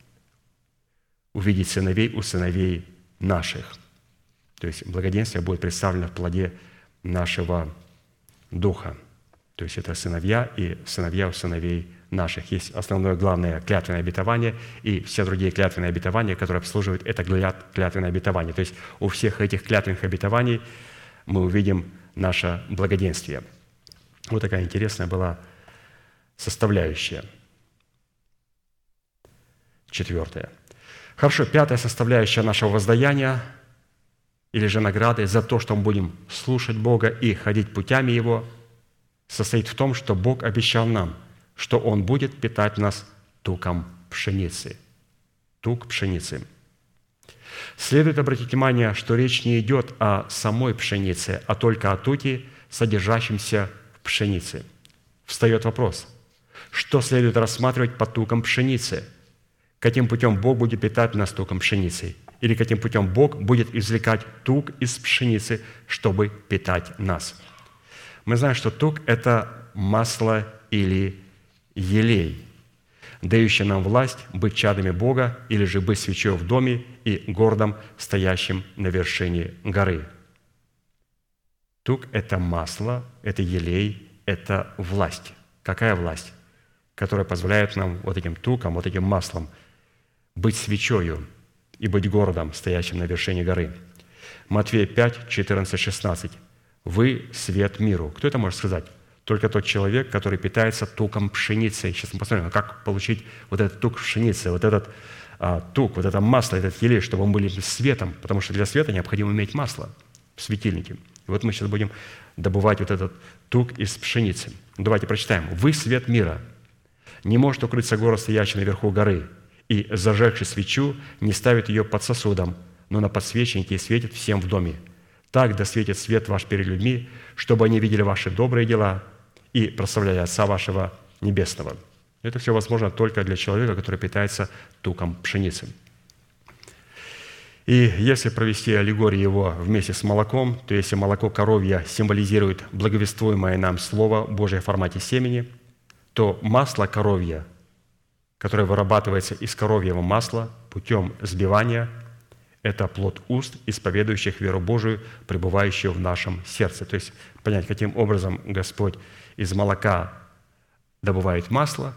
увидеть сыновей у сыновей наших. То есть благоденствие будет представлено в плоде нашего духа. То есть это сыновья и сыновья у сыновей наших. Есть основное, главное клятвенное обетование и все другие клятвенные обетования, которые обслуживают это клятвенное обетование. То есть у всех этих клятвенных обетований мы увидим наше благоденствие. Вот такая интересная была составляющая. 4. Хорошо, 5 составляющая нашего воздаяния или же награды за то, что мы будем слушать Бога и ходить путями Его, состоит в том, что Бог обещал нам, что Он будет питать нас туком пшеницы. Тук пшеницы. Следует обратить внимание, что речь не идет о самой пшенице, а только о туке, содержащемся в пшенице. Встает вопрос, что следует рассматривать под туком пшеницы? Каким путем Бог будет питать нас туком пшеницы? Или каким путем Бог будет извлекать тук из пшеницы, чтобы питать нас? Мы знаем, что тук – это масло или елей, дающий нам власть быть чадами Бога или же быть свечой в доме и городом, стоящим на вершине горы. Тук – это масло, это елей, это власть. Какая власть? Которая позволяет нам вот этим туком, вот этим маслом быть свечою и быть городом, стоящим на вершине горы. Матфея 5, 14, 16. «Вы – свет миру». Кто это может сказать? только тот человек, который питается туком пшеницы. Сейчас мы посмотрим, как получить вот этот тук пшеницы, вот этот тук, вот это масло, этот елей, чтобы мы были светом, потому что для света необходимо иметь масло в светильнике. И вот мы сейчас будем добывать вот этот тук из пшеницы. Давайте прочитаем. «Вы свет мира. Не может укрыться город, стоящий наверху горы, и, зажегши свечу, не ставит ее под сосудом, но на подсвечнике и светит всем в доме. Так да светит свет ваш перед людьми, чтобы они видели ваши добрые дела и прославляли Отца вашего Небесного». Это все возможно только для человека, который питается туком пшеницы. И если провести аллегорию его вместе с молоком, то если молоко коровье символизирует благовествуемое нам Слово Божие в формате семени, то масло коровье, которое вырабатывается из коровьего масла путем взбивания, это плод уст, исповедующих веру Божию, пребывающую в нашем сердце. То есть понять, каким образом Господь из молока добывает масло,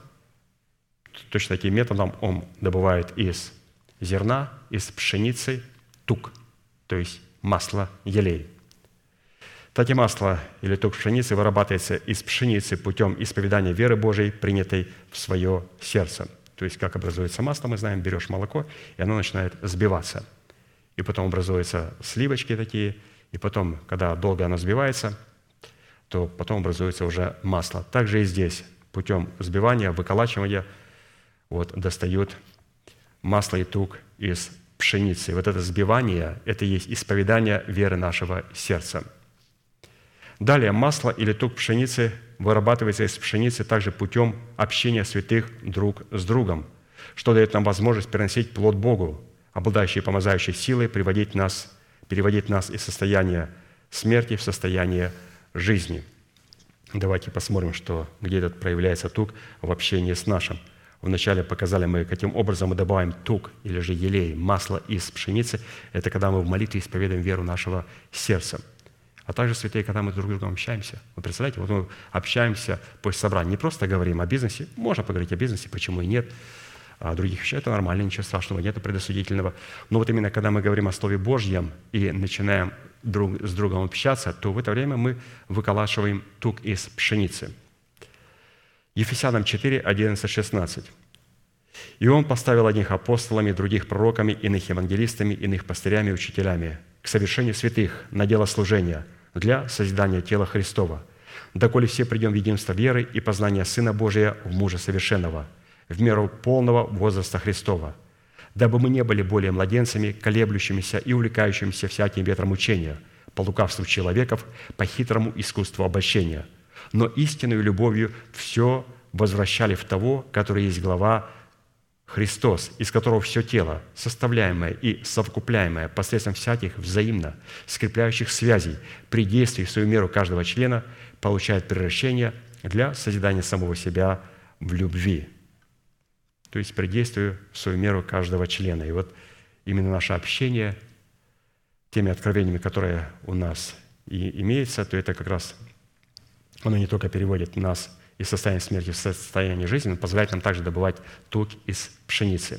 точно таким методом Он добывает из зерна, из пшеницы тук, то есть масло елей. Так и масло или тук пшеницы вырабатывается из пшеницы путем исповедания веры Божией, принятой в свое сердце. То есть как образуется масло, мы знаем, берешь молоко, и оно начинает взбиваться. И потом образуются сливочки такие, и потом, когда долго оно взбивается, то потом образуется уже масло. Также и здесь путем взбивания, выколачивания достают масло и тук из пшеницы. Вот это взбивание – это и есть исповедание веры нашего сердца. Далее, масло или тук пшеницы вырабатывается из пшеницы также путем общения святых друг с другом, что дает нам возможность переносить плод Богу, обладающий помазающей силой, переводить нас из состояния смерти в состояние жизни. Давайте посмотрим, где этот проявляется тук в общении с нашим. Вначале показали мы, каким образом мы добавляем тук или же елей, масло из пшеницы. Это когда мы в молитве исповедуем веру нашего сердца. А также, святые, когда мы друг с другом общаемся. Вы представляете, мы общаемся после собрания. Не просто говорим о бизнесе. Можно поговорить о бизнесе, почему и нет. А других вещей это нормально, ничего страшного, нет предосудительного. Но вот именно когда мы говорим о Слове Божьем и начинаем друг с другом общаться, то в это время мы выколачиваем тук из пшеницы. Ефесянам 4, 11, 16. «И Он поставил одних апостолами, других пророками, иных евангелистами, иных пастырями и учителями к совершению святых на дело служения для созидания тела Христова, доколе все придем в единство веры и познания Сына Божия в мужа совершенного, в меру полного возраста Христова, дабы мы не были более младенцами, колеблющимися и увлекающимися всяким ветром учения, по лукавству человеков, по хитрому искусству обольщения, но истинную любовью все возвращали в того, который есть глава Христос, из которого все тело, составляемое и совокупляемое посредством всяких взаимно скрепляющих связей при действии в свою меру каждого члена, получает превращение для созидания самого себя в любви». То есть при действии в свою меру каждого члена. И вот именно наше общение теми откровениями, которые у нас и имеются, то это как раз оно не только переводит нас из состояния смерти в состояние жизни, но позволяет нам также добывать тук из пшеницы.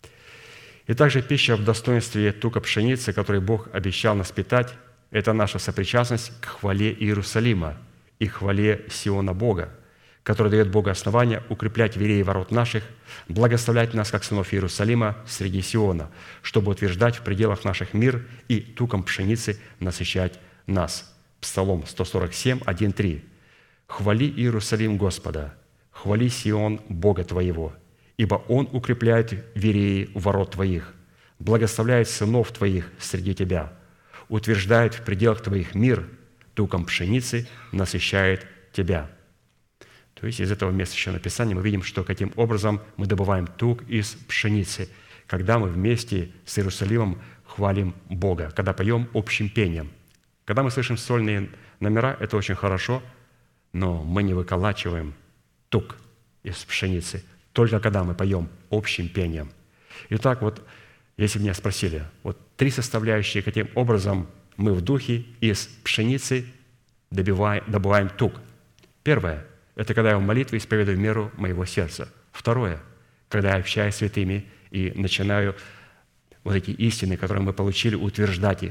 И также пища в достоинстве тука пшеницы, который Бог обещал нас питать, это наша сопричастность к хвале Иерусалима и хвале Сиона Бога, который дает Богу основания укреплять верей ворот наших, благословлять нас, как сынов Иерусалима, среди Сиона, чтобы утверждать в пределах наших мир и туком пшеницы насыщать нас. Псалом 147, 1-3. «Хвали Иерусалим Господа, хвали Сион Бога твоего, ибо Он укрепляет вереи ворот твоих, благословляет сынов твоих среди тебя, утверждает в пределах твоих мир, туком пшеницы насыщает тебя». То есть из этого места еще Писания мы видим, что каким образом мы добываем тук из пшеницы, когда мы вместе с Иерусалимом хвалим Бога, когда поем общим пением. Когда мы слышим сольные номера, это очень хорошо, но мы не выколачиваем тук из пшеницы, только когда мы поем общим пением. Итак, если меня спросили, 3 составляющие, каким образом мы в духе из пшеницы добываем тук. Первое – это когда я в молитве исповедую меру моего сердца. Второе – когда я общаюсь с святыми и начинаю эти истины, которые мы получили, утверждать их.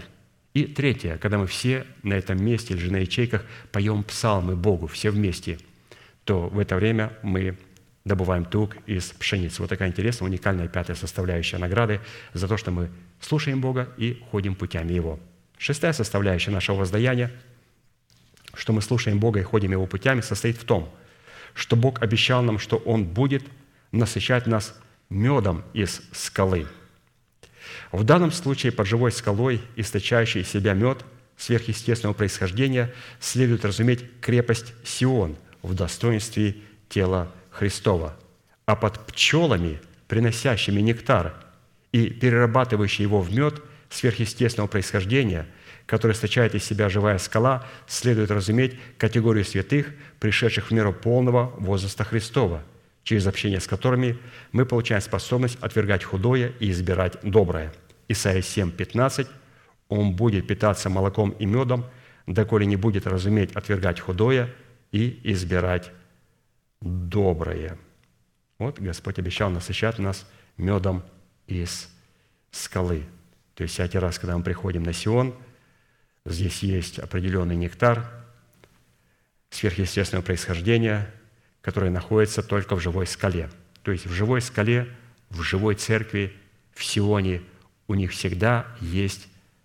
И третье, когда мы все на этом месте или же на ячейках поем псалмы Богу, все вместе, то в это время мы добываем тук из пшеницы. Вот такая интересная, уникальная пятая составляющая награды за то, что мы слушаем Бога и ходим путями Его. Шестая составляющая нашего воздаяния, что мы слушаем Бога и ходим Его путями, состоит в том, что Бог обещал нам, что Он будет насыщать нас медом из скалы. В данном случае под живой скалой, источающий из себя мед сверхъестественного происхождения, следует разуметь крепость Сион в достоинстве тела Христова, а под пчелами, приносящими нектар и перерабатывающие его в мед сверхъестественного происхождения, который источает из себя живая скала, следует разуметь категорию святых, пришедших в меру полного возраста Христова, через общение с которыми мы получаем способность отвергать худое и избирать доброе. Исайя 7:15: «Он будет питаться молоком и медом, доколе не будет разуметь отвергать худое и избирать доброе». Вот Господь обещал насыщать нас медом из скалы. То есть всякий раз, когда мы приходим на Сион, здесь есть определенный нектар сверхъестественного происхождения, который находится только в живой скале. То есть в живой скале, в живой церкви, в Сионе у них всегда есть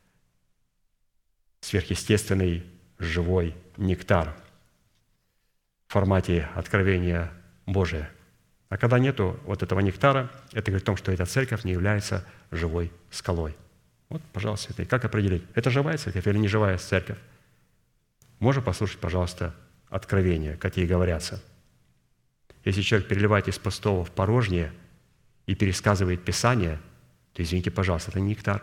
сверхъестественный живой нектар в формате откровения Божия. А когда нету вот этого нектара, это говорит о том, что эта церковь не является живой скалой. Вот, пожалуйста, святые, как определить, это живая церковь или не живая церковь? Можно послушать, пожалуйста, откровения, какие говорятся. Если человек переливает из пустого в порожнее и пересказывает Писание, то, извините, пожалуйста, это не нектар.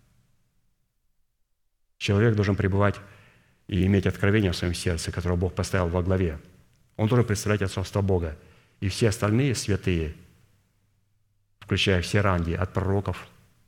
Человек должен пребывать и иметь откровение в своем сердце, которое Бог поставил во главе. Он должен представлять отцовство Бога. И все остальные святые, включая все ранги от пророков,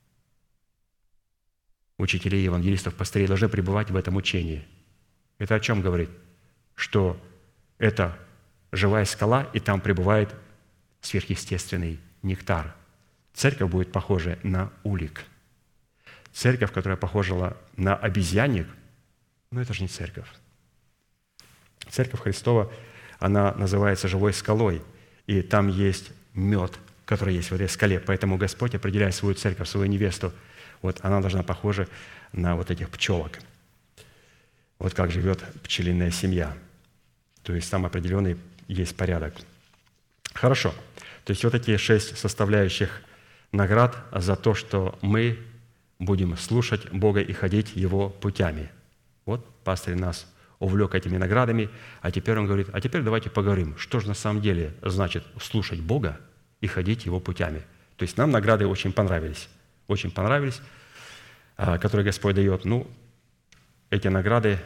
учителей, евангелистов, пастырей, должны пребывать в этом учении. Это о чем говорит? Что это живая скала, и там пребывает сверхъестественный нектар. Церковь будет похожа на улик. Церковь, которая похожа на обезьянник, это же не церковь. Церковь Христова, она называется живой скалой, и там есть мед, который есть в этой скале. Поэтому Господь определяет свою церковь, свою невесту. Вот она должна похожа на вот этих пчелок. Вот как живет пчелиная семья. То есть там определенный есть порядок. Хорошо. То есть вот эти 6 составляющих наград за то, что мы будем слушать Бога и ходить Его путями. Вот пастырь нас увлек этими наградами, а теперь он говорит, а теперь давайте поговорим, что же на самом деле значит слушать Бога и ходить Его путями. То есть нам награды очень понравились, которые Господь дает. Эти награды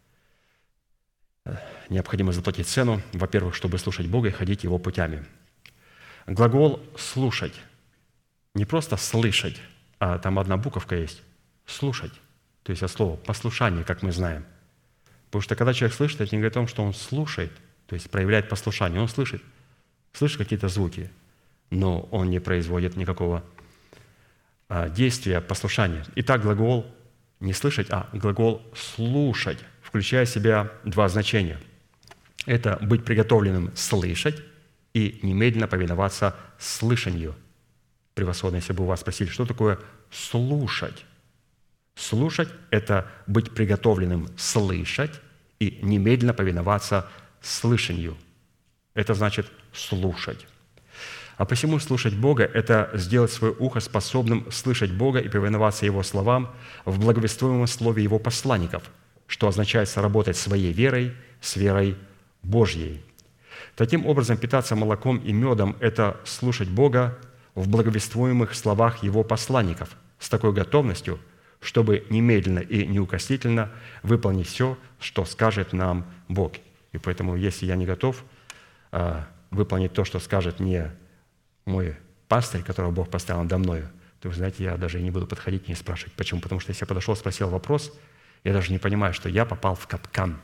необходимо заплатить цену, во-первых, чтобы слушать Бога и ходить Его путями. Глагол «слушать» не просто «слышать», а там одна буковка есть – «слушать», то есть от слова «послушание», как мы знаем. Потому что когда человек слышит, это не говорит о том, что он слушает, то есть проявляет послушание. Он слышит какие-то звуки, но он не производит никакого действия, послушания. Итак, глагол не «слышать», а глагол «слушать», включая в себя 2 значения. Это быть приготовленным слышать и немедленно повиноваться слышанию. Превосходно, если бы у вас спросили, что такое слушать? Слушать – это быть приготовленным слышать и немедленно повиноваться слышанию. Это значит слушать. А посему слушать Бога – это сделать свое ухо способным слышать Бога и повиноваться Его словам в благовествуемом слове Его посланников, что означает соработать своей верой с верой Божьей. Таким образом, питаться молоком и медом – это слушать Бога в благовествуемых словах Его посланников с такой готовностью, чтобы немедленно и неукоснительно выполнить все, что скажет нам Бог. И поэтому, если я не готов выполнить то, что скажет мне мой пастырь, которого Бог поставил надо мною, то, вы знаете, я даже и не буду подходить и не спрашивать. Почему? Потому что если я подошел, спросил вопрос, я даже не понимаю, что я попал в капкан.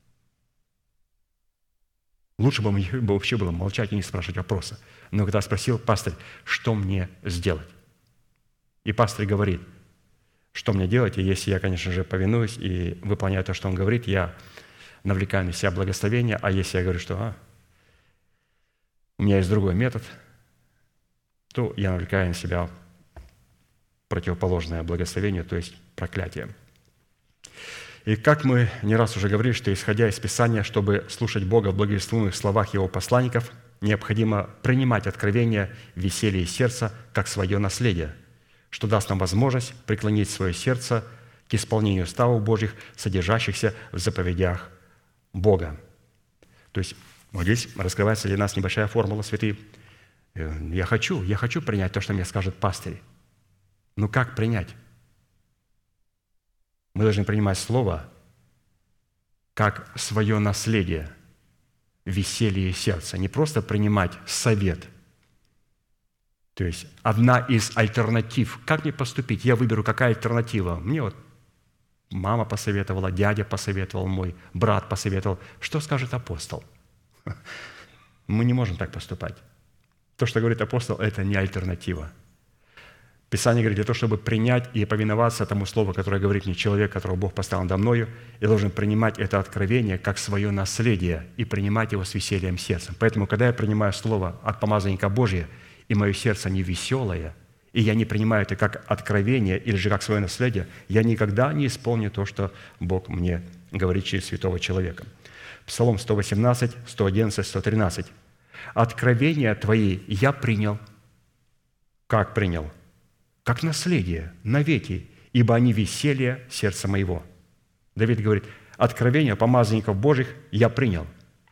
Лучше бы мне вообще было молчать и не спрашивать вопроса. Но когда спросил пастырь, что мне сделать? И пастырь говорит, что мне делать, и если я, конечно же, повинуюсь и выполняю то, что Он говорит, я навлекаю на себя благословение, а если я говорю, что у меня есть другой метод, то я навлекаю на себя противоположное благословение, то есть проклятие. И как мы не раз уже говорили, что исходя из Писания, чтобы слушать Бога в благовествуемых словах Его посланников, необходимо принимать откровение веселья сердца как свое наследие, что даст нам возможность преклонить свое сердце к исполнению уставов Божьих, содержащихся в заповедях Бога. То есть вот здесь раскрывается для нас небольшая формула, святые. Я хочу принять то, что мне скажет пастырь. Но как принять? Мы должны принимать Слово как свое наследие, веселье сердца. Не просто принимать совет. То есть одна из альтернатив. Как мне поступить? Я выберу, какая альтернатива. Мне вот мама посоветовала, дядя посоветовал, мой брат посоветовал. Что скажет апостол? Мы не можем так поступать. То, что говорит апостол, это не альтернатива. Писание говорит, для того, чтобы принять и повиноваться тому слову, которое говорит мне человек, которого Бог поставил надо мною, я должен принимать это откровение как свое наследие и принимать его с весельем сердца. Поэтому, когда я принимаю слово от помазанника Божия, и мое сердце не веселое, и я не принимаю это как откровение или же как свое наследие, я никогда не исполню то, что Бог мне говорит через святого человека. Псалом 118, 111, 113. «Откровения Твои я принял». Как принял? Как наследие, навеки, ибо они веселье сердца моего. Давид говорит, откровения помазанников Божьих я принял.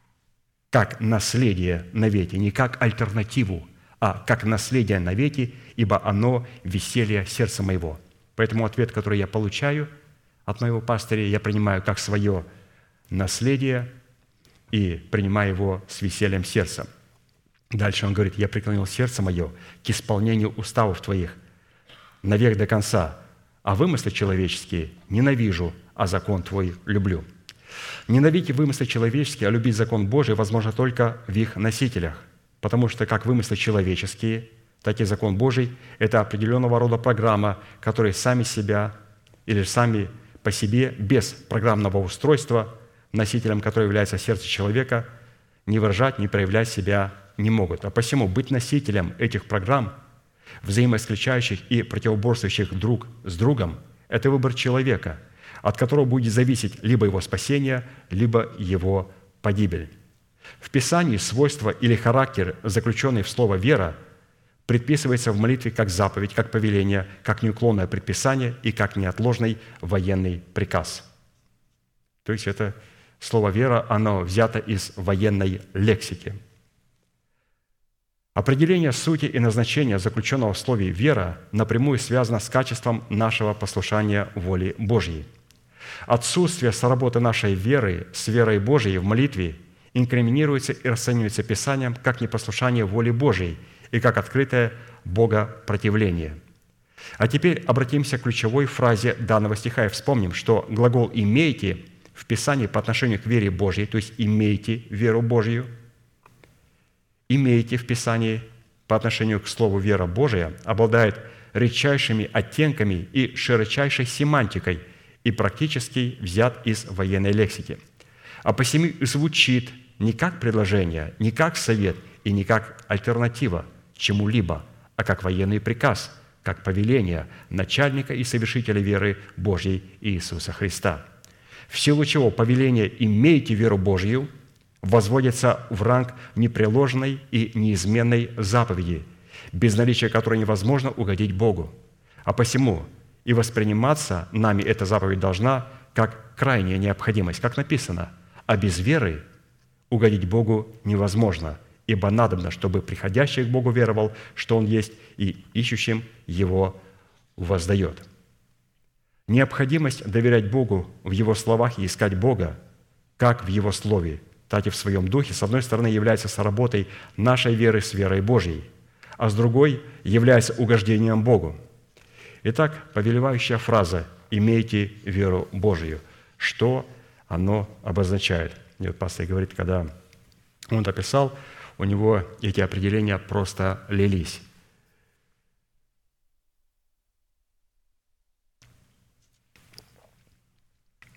Как наследие навеки, не как альтернативу, а как наследие навеки, ибо оно веселье сердца моего. Поэтому ответ, который я получаю от моего пастыря, я принимаю как свое наследие и принимаю его с весельем сердца. Дальше он говорит, я преклонил сердце мое к исполнению уставов Твоих навек до конца, а вымыслы человеческие ненавижу, а закон Твой люблю. Ненавидеть вымыслы человеческие, а любить закон Божий возможно только в их носителях, потому что как вымыслы человеческие, так и закон Божий – это определенного рода программа, которые сами себя или сами по себе, без программного устройства, носителем которого является сердце человека, не выражать, не проявлять себя не могут. А посему быть носителем этих программ, взаимоисключающих и противоборствующих друг с другом, это выбор человека, от которого будет зависеть либо его спасение, либо его погибель. В Писании свойства или характер, заключенный в слово «вера», предписывается в молитве как заповедь, как повеление, как неуклонное предписание и как неотложный военный приказ. То есть это слово «вера», оно взято из военной лексики. Определение сути и назначения заключенного в слове «вера» напрямую связано с качеством нашего послушания воле Божьей. Отсутствие соработы нашей веры с верой Божией в молитве инкриминируется и расценивается Писанием как непослушание воле Божией и как открытое богопротивление. А теперь обратимся к ключевой фразе данного стиха и вспомним, что глагол «имейте» в Писании по отношению к вере Божьей, то есть «имейте веру Божью», «имейте» в Писании по отношению к слову «вера Божия» обладает редчайшими оттенками и широчайшей семантикой и практически взят из военной лексики. А посему звучит не как предложение, не как совет и не как альтернатива чему-либо, а как военный приказ, как повеление начальника и совершителя веры Божьей Иисуса Христа. В силу чего повеление «имейте веру Божью» возводится в ранг непреложной и неизменной заповеди, без наличия которой невозможно угодить Богу. А посему и восприниматься нами эта заповедь должна как крайняя необходимость, как написано, а без веры угодить Богу невозможно, ибо надобно, чтобы приходящий к Богу веровал, что Он есть, и ищущим Его воздает. Необходимость доверять Богу в Его словах и искать Бога, как в Его Слове, так и в своем духе, с одной стороны, является соработой нашей веры с верой Божьей, а с другой является угождением Богу. Итак, повелевающая фраза «имейте веру Божию». Что оно обозначает? И вот пастор говорит, когда он это писал, у него эти определения просто лились.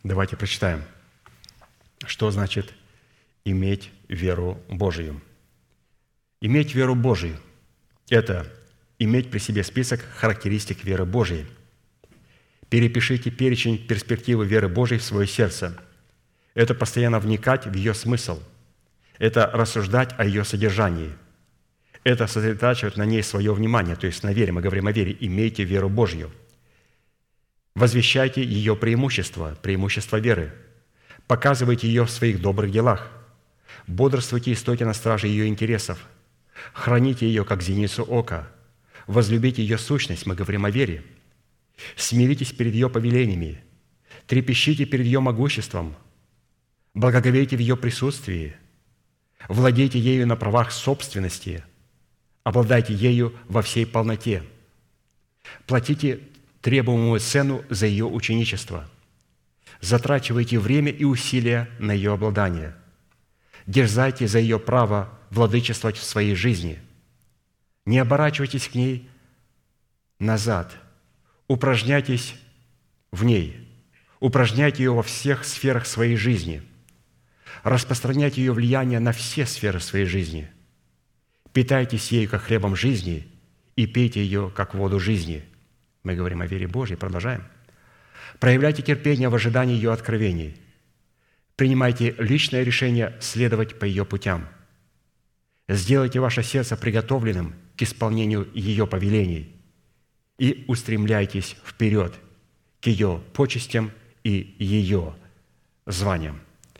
Давайте прочитаем, что значит иметь веру Божию. Иметь веру Божию – это иметь при себе список характеристик веры Божией. Перепишите перечень перспективы веры Божией в свое сердце. Это постоянно вникать в ее смысл. Это рассуждать о ее содержании. Это сосредотачивать на ней свое внимание, то есть на вере. Мы говорим о вере. Имейте веру Божью. Возвещайте ее преимущества веры. Показывайте ее в своих добрых делах. Бодрствуйте и стойте на страже ее интересов. Храните ее, как зеницу ока. Возлюбите ее сущность, мы говорим о вере. Смиритесь перед ее повелениями. Трепещите перед ее могуществом. Благоговейте в ее присутствии. Владейте ею на правах собственности. Обладайте ею во всей полноте. Платите требуемую цену за ее ученичество. Затрачивайте время и усилия на ее обладание. Дерзайте за ее право владычествовать в своей жизни. Не оборачивайтесь к ней назад. Упражняйтесь в ней. Упражняйте ее во всех сферах своей жизни. Распространяйте ее влияние на все сферы своей жизни. Питайтесь ею, как хлебом жизни, и пейте ее, как воду жизни. Мы говорим о вере Божьей, продолжаем. Проявляйте терпение в ожидании ее откровений. Принимайте личное решение следовать по ее путям. Сделайте ваше сердце приготовленным к исполнению ее повелений и устремляйтесь вперед к ее почестям и ее званиям.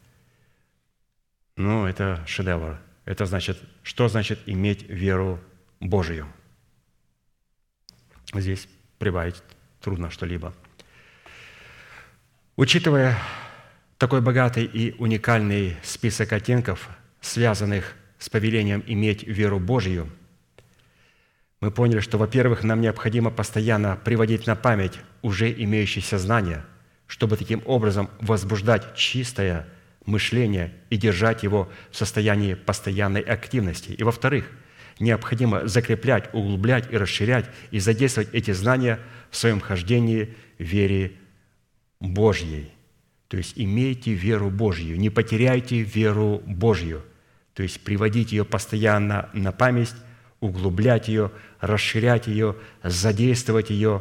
Это шедевр. Это значит, что значит иметь веру Божию? Здесь прибавить трудно что-либо. Учитывая такой богатый и уникальный список оттенков, связанных с повелением иметь веру Божию, мы поняли, что, во-первых, нам необходимо постоянно приводить на память уже имеющиеся знания, чтобы таким образом возбуждать чистое мышление и держать его в состоянии постоянной активности. И, во-вторых, необходимо закреплять, углублять и расширять и задействовать эти знания в своем хождении в вере Божьей. То есть имейте веру Божью, не потеряйте веру Божью. То есть приводить ее постоянно на память, углублять ее, расширять ее, задействовать ее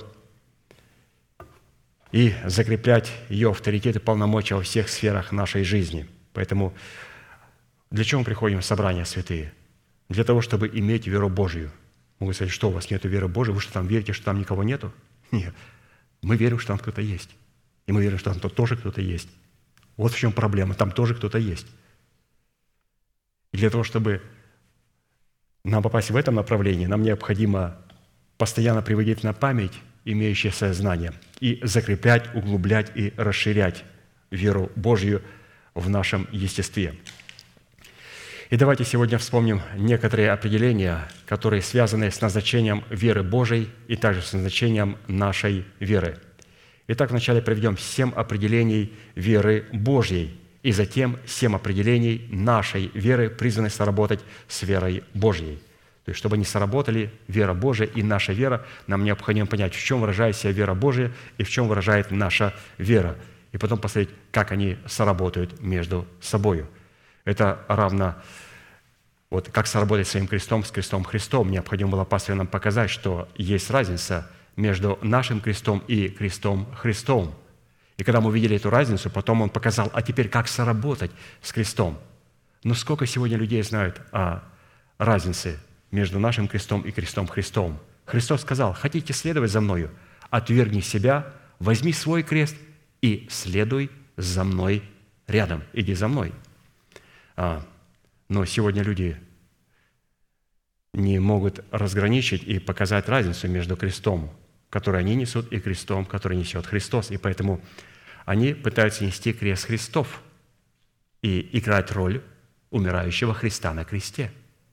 и закреплять ее авторитет и полномочия во всех сферах нашей жизни. Поэтому для чего мы приходим в собрания святые? Для того, чтобы иметь веру Божью. Могут сказать, что у вас нет веры Божьей, вы что там верите, что там никого нету? Нет. Мы верим, что там кто-то есть. И мы верим, что там тоже кто-то есть. Вот в чем проблема. Там тоже кто-то есть. И для того, чтобы нам попасть в этом направлении, нам необходимо постоянно приводить на память имеющиеся знания и закреплять, углублять и расширять веру Божью в нашем естестве. И давайте сегодня вспомним некоторые определения, которые связаны с назначением веры Божией и также с назначением нашей веры. Итак, вначале приведем 7 определений веры Божьей, и затем 7 определений нашей веры, призванной соработать с верой Божьей. То есть, чтобы они соработали, вера Божия и наша вера, нам необходимо понять, в чем выражает себя вера Божия и в чем выражает наша вера. И потом посмотреть, как они соработают между собой. Это равно, как соработать своим крестом с крестом Христом. Необходимо было пастырю нам показать, что есть разница между нашим крестом и крестом Христом. И когда мы увидели эту разницу, потом он показал, а теперь как соработать с крестом. Но сколько сегодня людей знают о разнице между нашим крестом и крестом Христом? Христос сказал, хотите следовать за Мною? Отвергни себя, возьми свой крест и следуй за Мной рядом. Иди за Мной. Но сегодня люди не могут разграничить и показать разницу между крестом, который они несут, и крестом, который несет Христос. И поэтому они пытаются нести крест Христов и играть роль умирающего Христа на кресте.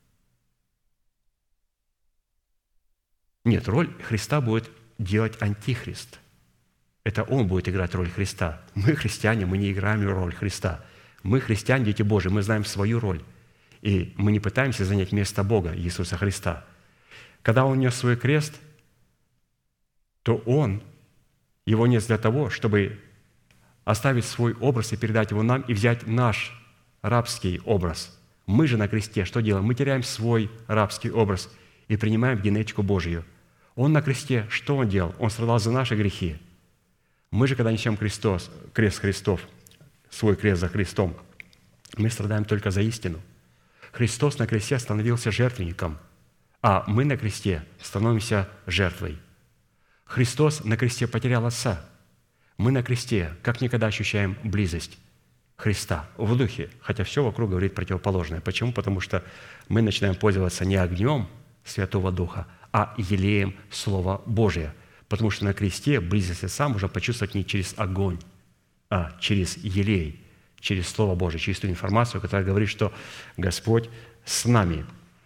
Нет, роль Христа будет делать Антихрист. Это Он будет играть роль Христа. Мы, христиане, мы не играем роль Христа. Мы, христиане, дети Божии, мы знаем свою роль. И мы не пытаемся занять место Бога, Иисуса Христа. Когда Он нес свой крест, то Он его нес для того, чтобы оставить свой образ и передать его нам, и взять наш рабский образ. Мы же на кресте что делаем? Мы теряем свой рабский образ и принимаем генетику Божью. Он на кресте, что Он делал? Он страдал за наши грехи. Мы же, когда несем крест Христов, свой крест за Христом, мы страдаем только за истину. Христос на кресте становился жертвенником, а мы на кресте становимся жертвой. Христос на кресте потерял Отца. Мы на кресте как никогда ощущаем близость Христа в духе, хотя все вокруг говорит противоположное. Почему? Потому что мы начинаем пользоваться не огнем Святого Духа, а елеем Слова Божия. Потому что на кресте близость Отца можно почувствовать не через огонь, а через елей, через Слово Божие, через ту информацию, которая говорит, что Господь с нами.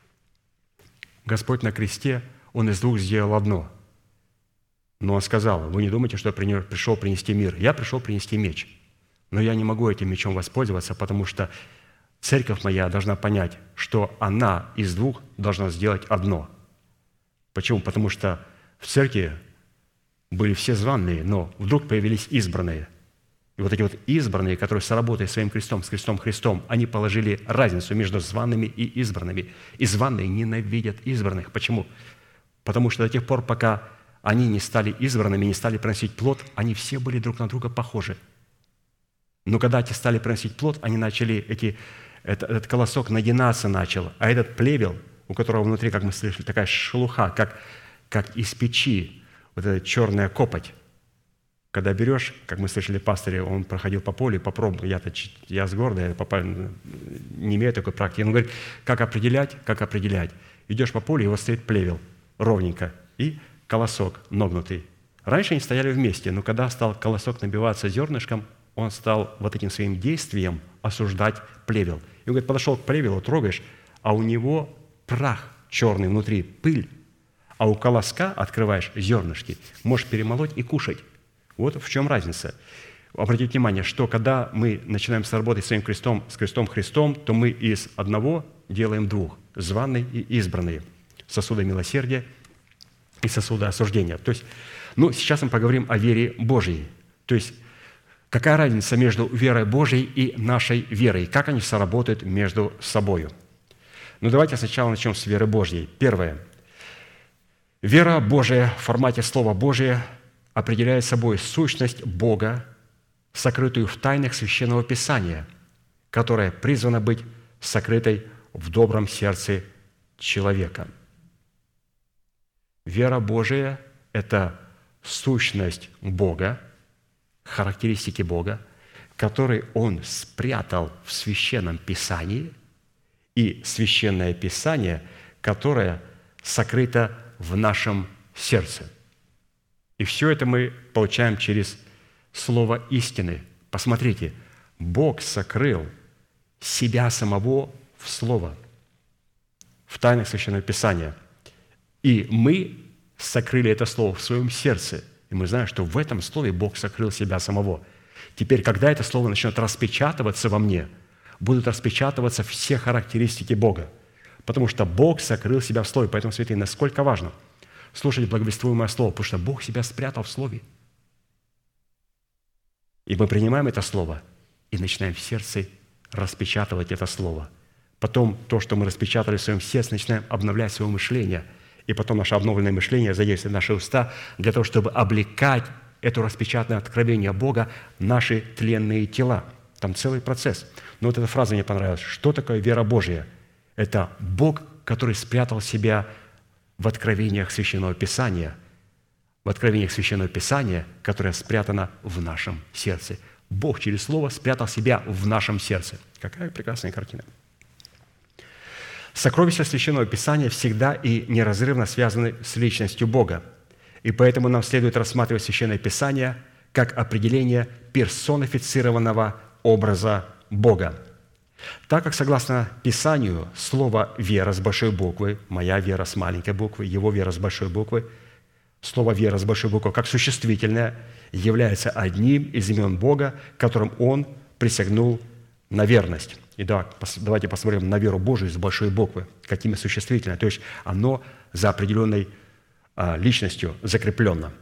Господь на кресте, Он из двух сделал одно. Но Он сказал: вы не думайте, что я пришел принести мир. Я пришел принести меч. Но я не могу этим мечом воспользоваться, потому что церковь моя должна понять, что она из двух должна сделать одно. Почему? Потому что в церкви были все званные, но вдруг появились избранные. И вот эти вот избранные, которые соработали своим крестом, с крестом Христом, они положили разницу между званными и избранными. И званные ненавидят избранных. Почему? Потому что до тех пор, пока они не стали избранными, не стали приносить плод, они все были друг на друга похожи. Но когда те стали приносить плод, они начали, этот колосок нагинаться начал, а этот плевел, у которого внутри, как мы слышали, такая шелуха, как из печи, вот эта черная копоть. Когда берешь, как мы слышали, пастырь, он проходил по полю, попробовал, я с города, не имею такой практики. Он говорит, как определять? Идешь по полю, его стоит плевел ровненько, и колосок нагнутый. Раньше они стояли вместе, но когда стал колосок набиваться зернышком, он стал вот этим своим действием осуждать плевел. И он говорит, подошел к плевелу, трогаешь, а у него прах черный внутри, пыль, а у колоска открываешь зернышки, можешь перемолоть и кушать. Вот в чем разница. Обратите внимание, что когда мы начинаем работать своим крестом, с крестом Христом, то мы из одного делаем двух, званые и избранные, сосуды милосердия и сосуды осуждения. То есть, сейчас мы поговорим о вере Божьей. То есть, какая разница между верой Божьей и нашей верой? Как они соработают между собой? Давайте сначала начнем с веры Божьей. Первое. Вера Божия в формате Слова Божия определяет собой сущность Бога, сокрытую в тайнах Священного Писания, которая призвана быть сокрытой в добром сердце человека. Вера Божия – это сущность Бога, характеристики Бога, которые Он спрятал в Священном Писании, и Священное Писание, которое сокрыто в нашем сердце. И все это мы получаем через Слово истины. Посмотрите, Бог сокрыл себя самого в Слово, в тайнах Священного Писания. И мы сокрыли это Слово в своем сердце. И мы знаем, что в этом Слове Бог сокрыл себя самого. Теперь, когда это Слово начнет распечатываться во мне, будут распечатываться все характеристики Бога. Потому что Бог сокрыл себя в Слове. Поэтому, святые, насколько важно слушать благовествуемое Слово, потому что Бог себя спрятал в Слове. И мы принимаем это Слово и начинаем в сердце распечатывать это Слово. Потом то, что мы распечатали в своем сердце, начинаем обновлять свое мышление. И потом наше обновленное мышление задействует наши уста для того, чтобы облекать это распечатанное откровение Бога в наши тленные тела. Там целый процесс. Но вот эта фраза мне понравилась. Что такое вера Божья? Это Бог, который спрятал себя в откровениях Священного Писания, которое спрятано в нашем сердце. Бог через Слово спрятал себя в нашем сердце. Какая прекрасная картина. Сокровища Священного Писания всегда и неразрывно связаны с личностью Бога. И поэтому нам следует рассматривать Священное Писание как определение персонифицированного образа Бога. Так как, согласно Писанию, слово «вера» с большой буквы, моя вера с маленькой буквы, его вера с большой буквы, слово «вера» с большой буквы, как существительное, является одним из имен Бога, которым Он присягнул на верность. И давайте посмотрим на веру Божию с большой буквы, какими существительное. То есть оно за определенной личностью закреплено.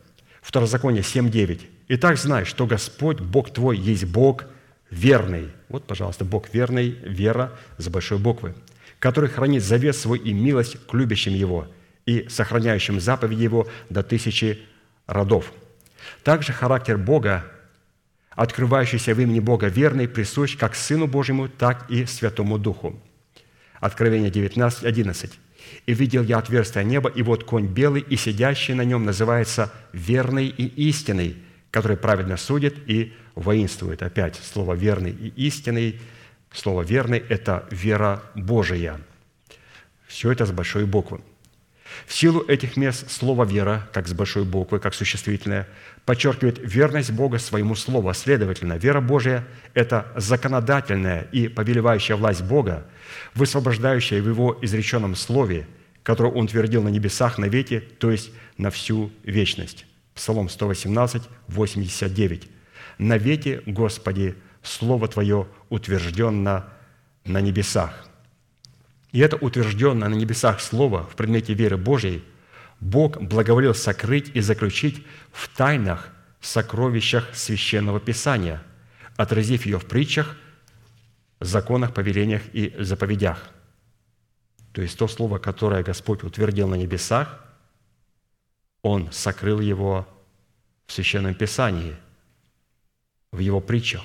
Второзаконие 7:9. «Итак, знай, что Господь, Бог твой, есть Бог верный». Вот, пожалуйста, Бог верный, вера с большой буквы, который хранит завет свой и милость к любящим Его и сохраняющим заповеди Его до 1000 родов. Также характер Бога, открывающийся в имени Бога верный, присущ как Сыну Божьему, так и Святому Духу. Откровение 19:11. «И видел я отверстие неба, и вот конь белый, и сидящий на нем называется верный и истинный, который праведно судит и воинствует». Опять слово «верный» и «истинный». Слово «верный» – это вера Божия. Все это с большой буквы. В силу этих мест слово «вера», как с большой буквы, как существительное, подчеркивает верность Бога своему слову. Следовательно, вера Божия – это законодательная и повелевающая власть Бога, высвобождающая в Его изреченном слове, которое Он твердил на небесах навеки, то есть на всю вечность. Псалом 118, 89. «Навеки, Господи, Слово Твое утвержденно на небесах». И это утвержденное на небесах Слово в предмете веры Божией Бог благоволил сокрыть и заключить в тайнах, сокровищах Священного Писания, отразив ее в притчах, законах, повелениях и заповедях. То есть то Слово, которое Господь утвердил на небесах, Он сокрыл его в Священном Писании, в Его притчах,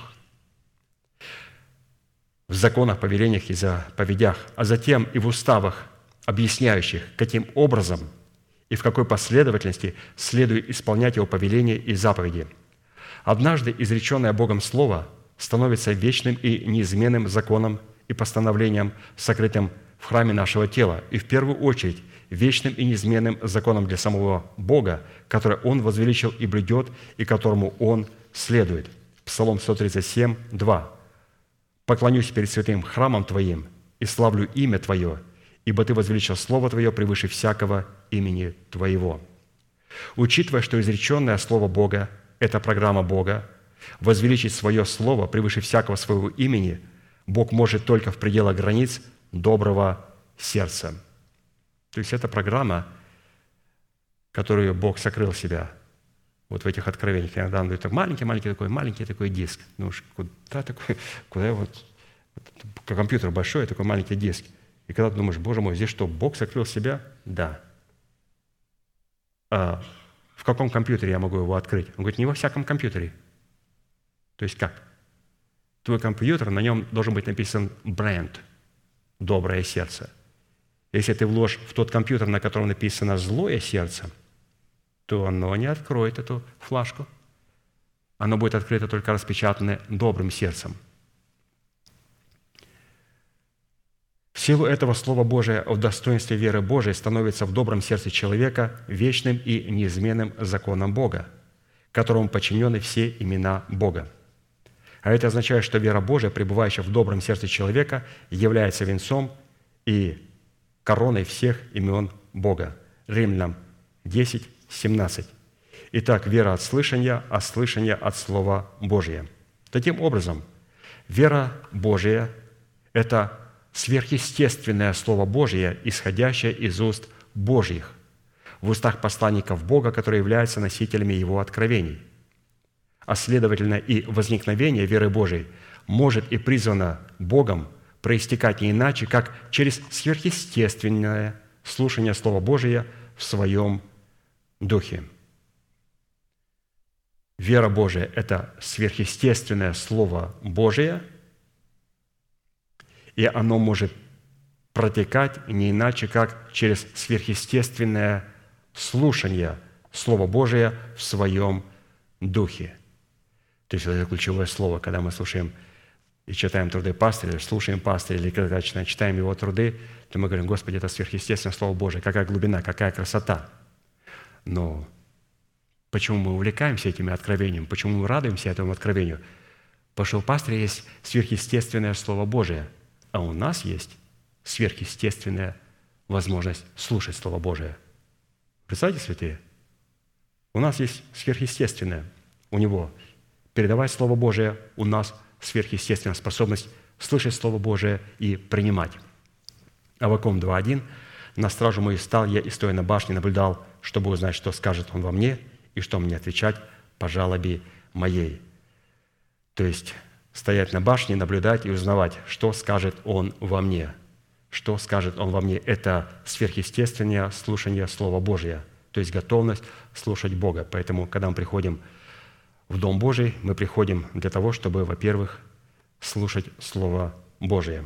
в законах, повелениях и заповедях, а затем и в уставах, объясняющих, каким образом и в какой последовательности следует исполнять Его повеления и заповеди. Однажды изреченное Богом Слово становится вечным и неизменным законом и постановлением, сокрытым в храме нашего тела, и в первую очередь вечным и неизменным законом для самого Бога, который Он возвеличил и блюдет, и которому Он следует. Псалом 137, 2. «Поклонюсь перед святым храмом Твоим и славлю имя Твое, ибо Ты возвеличил Слово Твое превыше всякого имени Твоего». Учитывая, что изреченное Слово Бога – это программа Бога, возвеличить Свое Слово превыше всякого Своего имени Бог может только в пределах границ доброго сердца. То есть это программа, которую Бог сокрыл себя вот в этих откровениях. Иногда он дает маленький такой диск. Ну уж куда вот компьютер большой, такой маленький диск. И когда ты думаешь, Боже мой, здесь что, Бог сокрыл себя? Да. А в каком компьютере я могу его открыть? Он говорит, не во всяком компьютере. То есть как? Твой компьютер, на нем должен быть написан бренд «Доброе сердце». Если ты вложишь в тот компьютер, на котором написано «Злое сердце», то оно не откроет эту флажку. Оно будет открыто только распечатанное добрым сердцем. В силу этого Слово Божие о достоинстве веры Божией становится в добром сердце человека вечным и неизменным законом Бога, которому подчинены все имена Бога. А это означает, что вера Божия, пребывающая в добром сердце человека, является венцом и короной всех имен Бога. Римлянам 10, 17. Итак, вера от слышания, а слышание от Слова Божия. Таким образом, вера Божия – это сверхъестественное Слово Божие, исходящее из уст Божьих, в устах посланников Бога, которые являются носителями Его откровений. А следовательно, и возникновение веры Божией может и призвано Богом проистекать не иначе, как через сверхъестественное слушание Слова Божия в своем духе. Вера Божия – это сверхъестественное Слово Божие, и оно может протекать не иначе, как через сверхъестественное слушание Слова Божия в своем духе. То есть это ключевое слово, когда мы слушаем и читаем труды пастыря, слушаем пастыря, или когда читаем его труды, то мы говорим, Господи, это сверхъестественное Слово Божие, какая глубина, какая красота. Но почему мы увлекаемся этими откровениями, почему мы радуемся этому откровению? Потому что у пастыря есть сверхъестественное Слово Божие, а у нас есть сверхъестественная возможность слушать Слово Божие. Представьте, святые, у нас есть сверхъестественное, у него передавать Слово Божие, у нас сверхъестественная способность слышать Слово Божие и принимать. Аввакум 2:1. «На стражу мою стал я, и стоя на башне наблюдал, чтобы узнать, что скажет он во мне, и что мне отвечать по жалобе моей». То есть стоять на башне, наблюдать и узнавать, что скажет Он во мне. Что скажет Он во мне? Это сверхъестественное слушание Слова Божия, то есть готовность слушать Бога. Поэтому, когда мы приходим в Дом Божий, мы приходим для того, чтобы, во-первых, слушать Слово Божие.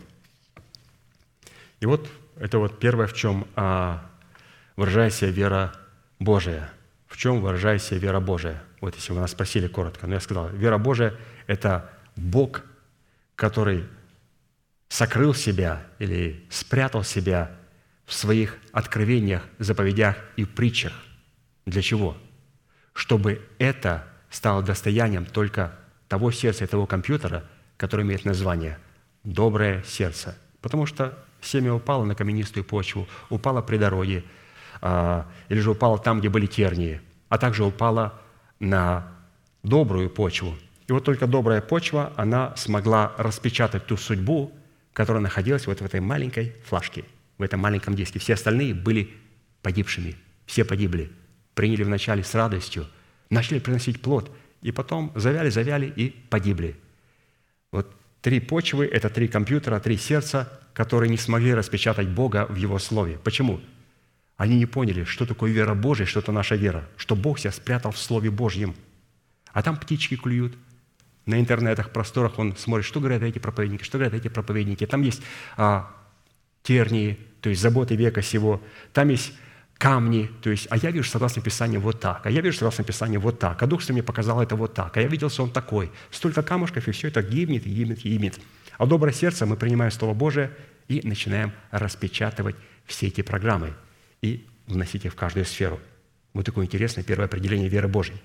И вот это вот первое, в чем выражается вера Божия. В чем выражается вера Божия? Вот если вы нас спросили коротко, но я сказал, вера Божия – это Бог, который сокрыл себя или спрятал себя в своих откровениях, заповедях и притчах. Для чего? Чтобы это стало достоянием только того сердца и того компьютера, который имеет название «доброе сердце». Потому что семя упало на каменистую почву, упало при дороге, или же упало там, где были тернии, а также упало на добрую почву. И вот только добрая почва, она смогла распечатать ту судьбу, которая находилась вот в этой маленькой флажке, в этом маленьком диске. Все остальные были погибшими, все погибли. Приняли вначале с радостью, начали приносить плод, и потом завяли и погибли. Вот 3 почвы – это 3 компьютера, 3 сердца, которые не смогли распечатать Бога в Его Слове. Почему? Они не поняли, что такое вера Божия, что это наша вера, что Бог себя спрятал в Слове Божьем. А там птички клюют. На интернетах, просторах он смотрит, что говорят эти проповедники, что говорят эти проповедники. Там есть тернии, то есть заботы века сего. Там есть камни, то есть, а я вижу, согласно Писанию, вот так, а я вижу, согласно Писанию, вот так, а Дух Святой мне показал это вот так, а я видел сон такой. Столько камушков, и все это гибнет, гибнет, гибнет. А доброе сердце мы принимаем Слово Божие и начинаем распечатывать все эти программы и вносить их в каждую сферу. Вот такое интересное первое определение веры Божьей.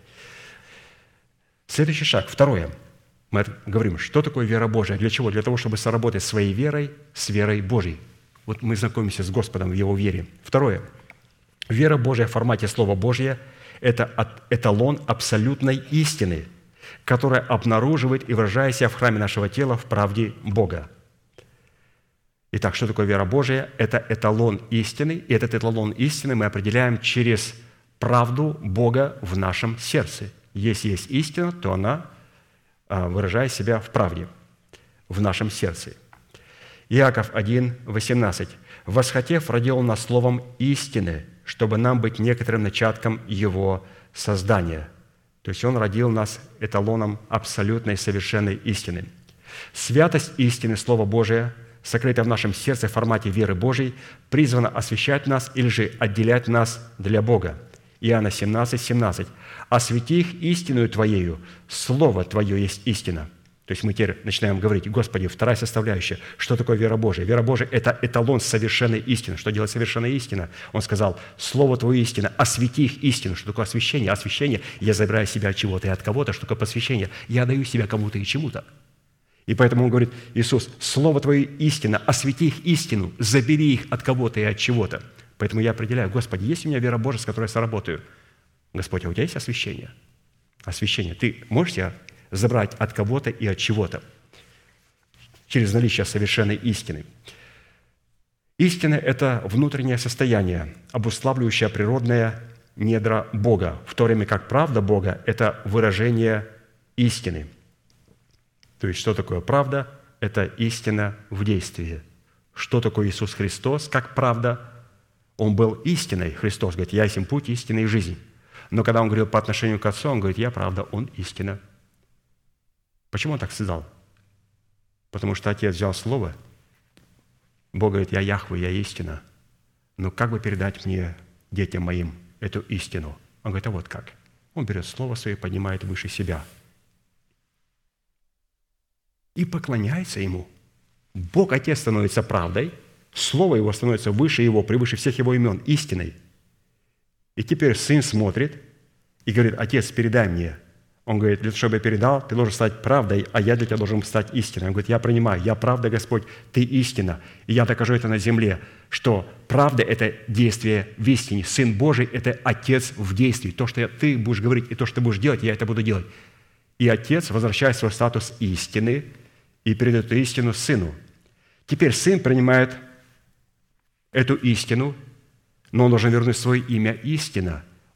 Следующий шаг, второе. Мы говорим, что такое вера Божия, для чего? Для того, чтобы соработать своей верой с верой Божьей. Вот мы знакомимся с Господом в Его вере. Второе. Вера Божия в формате Слова Божия – это эталон абсолютной истины, которая обнаруживает и выражает себя в храме нашего тела в правде Бога. Итак, что такое вера Божия? Это эталон истины, и этот эталон истины мы определяем через правду Бога в нашем сердце. Если есть истина, то она выражает себя в правде, в нашем сердце. Иаков 1, 18. «Восхотев, родил Он нас словом истины, чтобы нам быть некоторым начатком Его создания». То есть Он родил нас эталоном абсолютной совершенной истины. Святость истины Слова Божия, сокрытая в нашем сердце в формате веры Божией, призвана освящать нас или же отделять нас для Бога. Иоанна 17, 17. «Освети их истинную Твоею, Слово Твое есть истина». То есть мы теперь начинаем говорить, Господи, вторая составляющая, что такое вера Божия? Вера Божия – это эталон совершенной истины. Что делает совершенная истина? Он сказал, Слово Твое истина, освети их истину. Что такое освящение? Освящение – я забираю себя от чего-то и от кого-то. Что такое посвящение? Я даю себя кому-то и чему-то. И поэтому он говорит, Иисус, Слово Твое истина, освети их истину, забери их от кого-то и от чего-то. Поэтому я определяю, Господи, есть у меня вера Божия, с которой я соработаю? Господь, а у тебя есть освящение? Освящение. Ты можешь себя забрать от кого-то и от чего-то через наличие совершенной истины. Истина – это внутреннее состояние, обуславливающее природное недра Бога, в то время как правда Бога – это выражение истины. То есть, что такое правда? Это истина в действии. Что такое Иисус Христос как правда? Он был истиной. Христос говорит, «Я есть путь, истина и жизнь». Но когда Он говорил по отношению к Отцу, Он говорит, «Я правда, Он истина». Почему Он так сказал? Потому что Отец взял Слово, Бог говорит, «Я Яхве, я истина». Но как бы передать мне, детям моим, эту истину? Он говорит, а вот как. Он берет Слово Свое и поднимает выше себя. И поклоняется Ему. Бог Отец становится правдой, Слово Его становится выше Его, превыше всех Его имен, истиной. И теперь Сын смотрит и говорит, Отец, передай мне. Он говорит, для того, чтобы я передал, ты должен стать правдой, а я для тебя должен стать истиной. Он говорит, я принимаю, я правда, Господь, ты истина. И я докажу это на земле, что правда – это действие в истине. Сын Божий – это Отец в действии. То, что ты будешь говорить, и то, что ты будешь делать, я это буду делать. И Отец возвращает свой статус истины и передает эту истину Сыну. Теперь Сын принимает эту истину, но Он должен вернуть свое имя истина.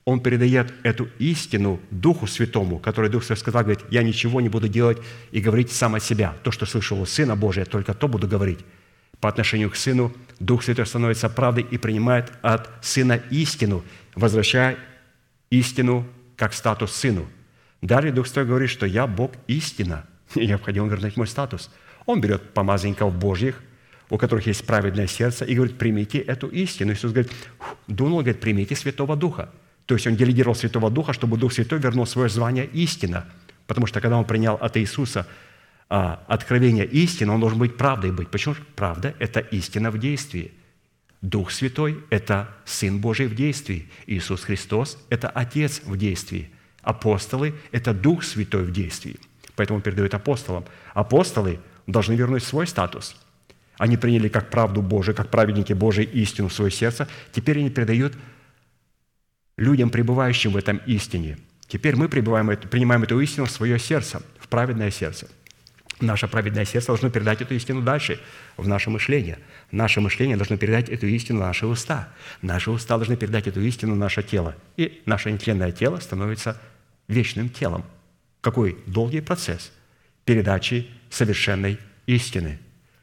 Он передает эту истину Духу Святому, который Дух Святой сказал, говорит, я ничего не буду делать и говорить сам от себя. То, что слышал у Сына Божия, только то буду говорить. По отношению к Сыну Дух Святой становится правдой и принимает от Сына истину, возвращая истину как статус Сыну. Далее Дух Святой говорит, что я Бог истина, и необходимо вернуть мой статус. Он берет помазанников Божьих, у которых есть праведное сердце, и говорит, примите эту истину. Иисус говорит, дунул, говорит, примите Святого Духа. То есть Он делегировал Святого Духа, чтобы Дух Святой вернул свое звание истина. Потому что когда Он принял от Иисуса откровение истины, Он должен быть правдой быть. Почему? Правда – это истина в действии. Дух Святой – это Сын Божий в действии. Иисус Христос – это Отец в действии. Апостолы – это Дух Святой в действии. Поэтому Он передает апостолам. Апостолы должны вернуть свой статус. Они приняли как правду Божию, как праведники Божии истину в свое сердце. Теперь они передают людям, пребывающим в этом истине. Теперь мы принимаем эту истину в свое сердце, в праведное сердце. Наше праведное сердце должно передать эту истину дальше, в наше мышление. Наше мышление должно передать эту истину в наши уста. Наши уста должны передать эту истину в наше тело. И наше нетленное тело становится вечным телом. Какой долгий процесс передачи совершенной истины.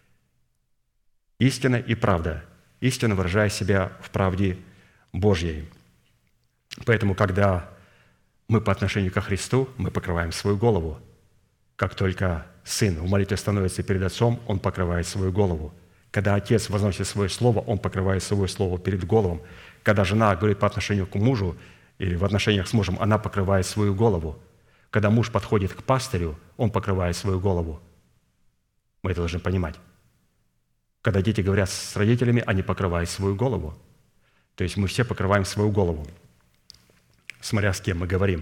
Истина и правда. Истина, выражая себя в правде Божьей. Поэтому, когда мы по отношению ко Христу, мы покрываем свою голову. Как только Сын в молитве становится перед Отцом, Он покрывает свою голову. Когда Отец возносит свое слово, Он покрывает свое слово перед головом. Когда жена говорит по отношению к мужу или в отношениях с мужем, она покрывает свою голову. Когда муж подходит к пастырю, он покрывает свою голову. Мы это должны понимать. Когда дети говорят с родителями, они покрывают свою голову. То есть мы все покрываем свою голову, смотря с кем мы говорим.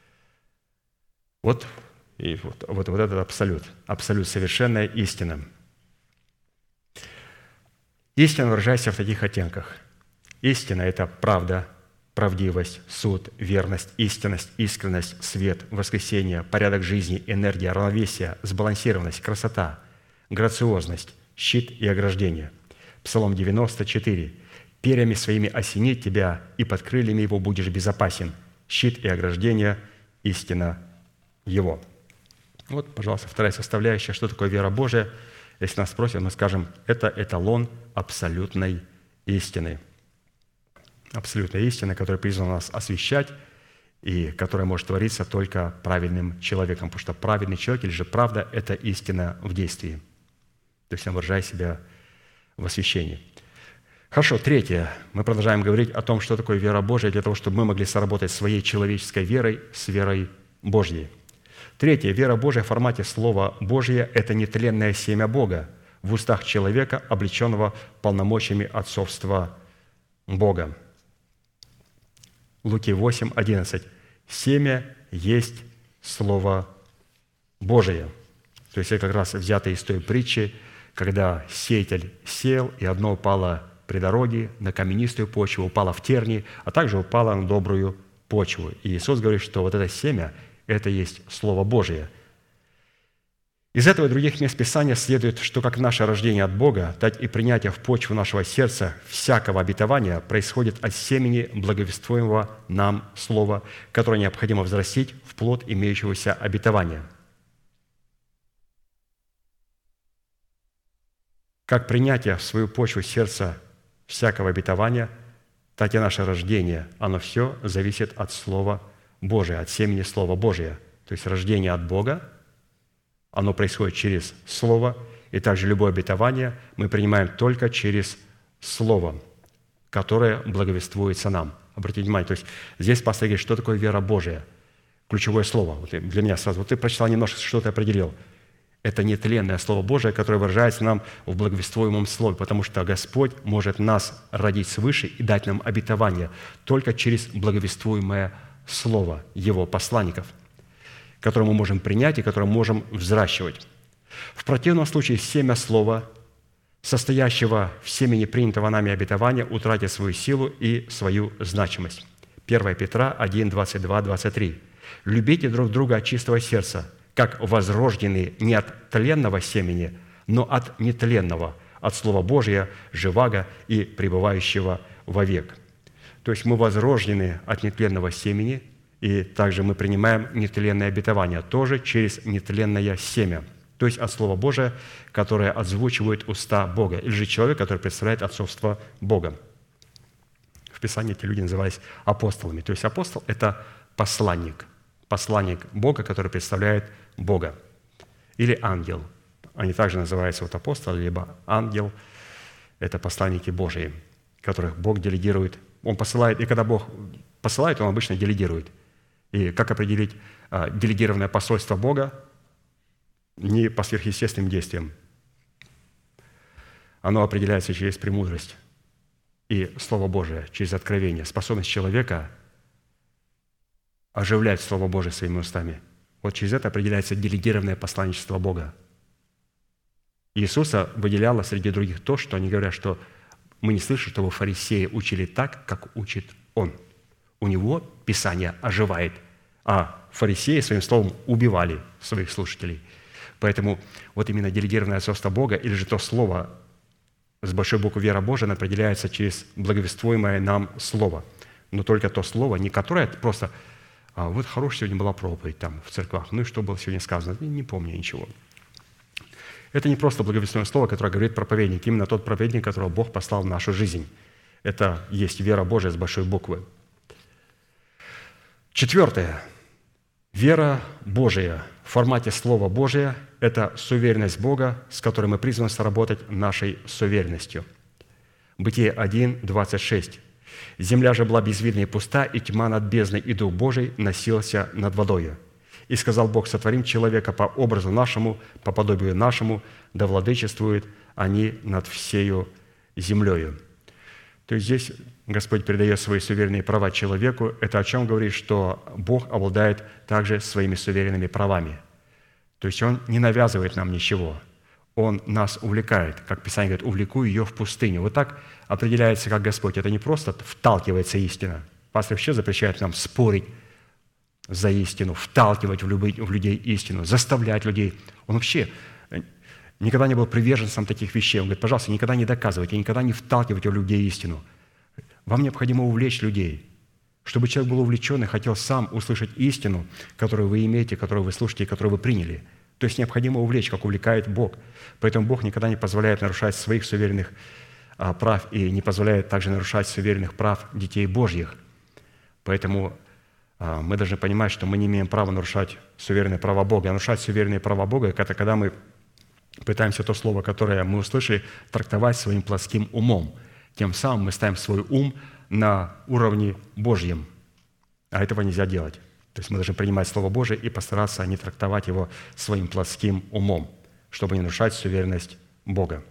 Вот этот абсолют, совершенная истина. Истина выражается в таких оттенках. Истина – это правда, правдивость, суд, верность, истинность, искренность, свет, воскресение, порядок жизни, энергия, равновесие, сбалансированность, красота, грациозность, щит и ограждение. Псалом 94. «Перьями своими осенит тебя, и под крыльями его будешь безопасен. Щит и ограждение, истина его». Вот, пожалуйста, вторая составляющая. Что такое вера Божия? Если нас спросят, мы скажем, это эталон абсолютной истины. Абсолютная истина, которая призвана нас освещать и которая может твориться только праведным человеком, потому что праведный человек или же правда – это истина в действии. То есть он выражает себя в освящении. Хорошо, третье. Мы продолжаем говорить о том, что такое вера Божия, для того, чтобы мы могли соработать своей человеческой верой с верой Божьей. Третье. Вера Божия в формате Слова Божье – это нетленное семя Бога в устах человека, облеченного полномочиями отцовства Бога. Луки 8, 11. «Семя есть Слово Божие». То есть это как раз взято из той притчи, когда сеятель сеял, и одно упало при дороге на каменистую почву, упало в тернии, а также упало на добрую почву. И Иисус говорит, что вот это семя – это есть Слово Божие. Из этого и других мест Писания следует, что как наше рождение от Бога, так и принятие в почву нашего сердца всякого обетования происходит от семени благовествуемого нам Слова, которое необходимо взрастить в плод имеющегося обетования. Как принятие в свою почву сердца всякого обетования, так и наше рождение, оно все зависит от Слова Божия, от семени Слова Божия. То есть рождение от Бога, оно происходит через Слово, и также любое обетование мы принимаем только через Слово, которое благовествуется нам. Обратите внимание, то есть здесь пастор говорит, что такое вера Божия? Ключевое слово. Вот для меня сразу, вот ты прочитал немножко, что ты определил. Это нетленное Слово Божие, которое выражается нам в благовествуемом Слове, потому что Господь может нас родить свыше и дать нам обетование только через благовествуемое Слово Его посланников, которое мы можем принять и которое мы можем взращивать. В противном случае семя Слова, состоящего в семени принятого нами обетования, утратит свою силу и свою значимость. 1 Петра 1, 22, 23. «Любите друг друга от чистого сердца, как возрожденные не от тленного семени, но от нетленного, от Слова Божия, живаго и пребывающего вовек». То есть мы возрождены от нетленного семени, и также мы принимаем нетленное обетование, тоже через нетленное семя, то есть от Слова Божия, которое озвучивает уста Бога, или же человек, который представляет отцовство Бога. В Писании эти люди назывались апостолами. То есть апостол – это посланник Бога, который представляет Бога. Или ангел. Они также называются вот апостол, либо ангел. Это посланники Божии, которых Бог делегирует. Он посылает, и когда Бог посылает, Он обычно делегирует. И как определить делегированное посольство Бога? Не по сверхъестественным действиям. Оно определяется через премудрость и Слово Божие, через откровение, способность человека оживлять Слово Божие своими устами. Вот через это определяется делегированное посланничество Бога. Иисуса выделяло среди других то, что они говорят, что мы не слышим, чтобы фарисеи учили так, как учит Он. У него Писание оживает, а фарисеи своим словом убивали своих слушателей. Поэтому вот именно делегированное отцовство Бога, или же то слово с большой буквы «Вера Божия», оно определяется через благовествуемое нам слово. Но только то слово, не которое просто вот хорошая сегодня была проповедь там в церквах, ну и что было сегодня сказано, не помню ничего. Это не просто благовестное слово, которое говорит проповедник, именно тот проповедник, которого Бог послал в нашу жизнь. Это есть вера Божия с большой буквы. 4. Вера Божия в формате Слова Божия – это суверенность Бога, с которой мы призваны соработать нашей суверенностью. Бытие 1, 26. «Земля же была безвидна и пуста, и тьма над бездной, и Дух Божий носился над водою. И сказал Бог: сотворим человека по образу нашему, по подобию нашему, да владычествуют они над всею землею». То есть здесь Господь передает свои суверенные права человеку. Это о чем говорит, что Бог обладает также своими суверенными правами. То есть Он не навязывает нам ничего. Он нас увлекает. Как Писание говорит, увлеку ее в пустыню. Вот так определяется, как Господь. Это не просто вталкивается истина. Пастор вообще запрещает нам спорить за истину, вталкивать в людей истину, заставлять людей. Он вообще никогда не был приверженцем таких вещей. Он говорит: пожалуйста, никогда не доказывайте, никогда не вталкивайте в людей истину. Вам необходимо увлечь людей, чтобы человек был увлечен и хотел сам услышать истину, которую вы имеете, которую вы слушаете и которую вы приняли. То есть необходимо увлечь, как увлекает Бог. Поэтому Бог никогда не позволяет нарушать своих суверенных прав и не позволяет также нарушать суверенных прав детей Божьих. Поэтому мы должны понимать, что мы не имеем права нарушать суверенные права Бога. А нарушать суверенные права Бога – это когда мы пытаемся то слово, которое мы услышали, трактовать своим плоским умом. Тем самым мы ставим свой ум на уровне Божьем. А этого нельзя делать. То есть мы должны принимать Слово Божие и постараться не трактовать его своим плоским умом, чтобы не нарушать суверенность Бога.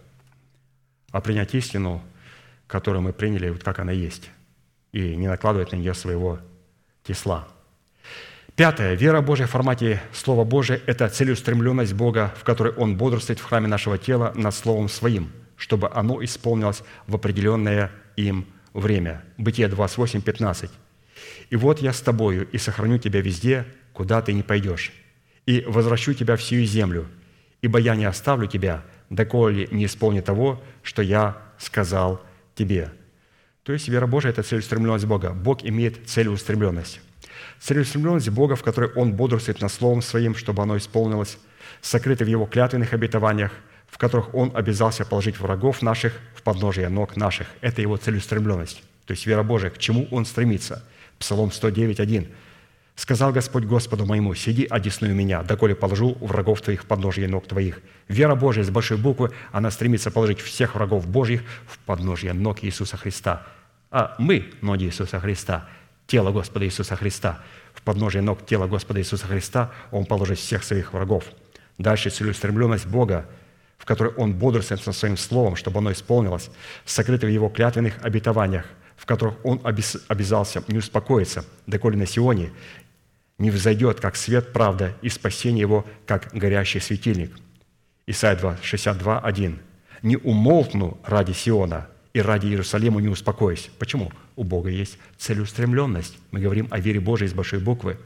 А принять истину, которую мы приняли, вот как она есть, и не накладывать на нее своего тесла. 5. Вера Божия в формате Слова Божия – это целеустремленность Бога, в которой Он бодрствует в храме нашего тела над Словом Своим, чтобы оно исполнилось в определенное им время. Бытие 28, 15. «И вот я с тобою, и сохраню тебя везде, куда ты не пойдешь, и возвращу тебя в сию землю, ибо я не оставлю тебя, доколе не исполню того, что я сказал тебе». То есть вера Божия – это целеустремленность Бога. Бог имеет целеустремленность. Целеустремленность Бога, в которой Он бодрствует над Словом Своим, чтобы оно исполнилось, сокрыто в Его клятвенных обетованиях, в которых Он обязался положить врагов наших в подножие ног наших. Это Его целеустремленность. То есть вера Божия, к чему Он стремится. Псалом 109:1. «Сказал Господь Господу моему: сиди одесную меня, доколе положу врагов твоих в подножие ног твоих». Вера Божия с большой буквы, она стремится положить всех врагов Божьих в подножие ног Иисуса Христа. А мы, ноги Иисуса Христа, тело Господа Иисуса Христа, в подножие ног тела Господа Иисуса Христа Он положит всех своих врагов. Дальше целеустремленность Бога, в которой Он бодрствует над Своим Словом, чтобы оно исполнилось, сокрыто в Его клятвенных обетованиях, в которых Он обязался не успокоиться, доколе на Сионе не взойдет, как свет, правда, и спасение Его, как горящий светильник. Исайя 62:1. «Не умолкну ради Сиона, и ради Иерусалима не успокоюсь». Почему? У Бога есть целеустремленность. Мы говорим о вере Божией с большой буквы.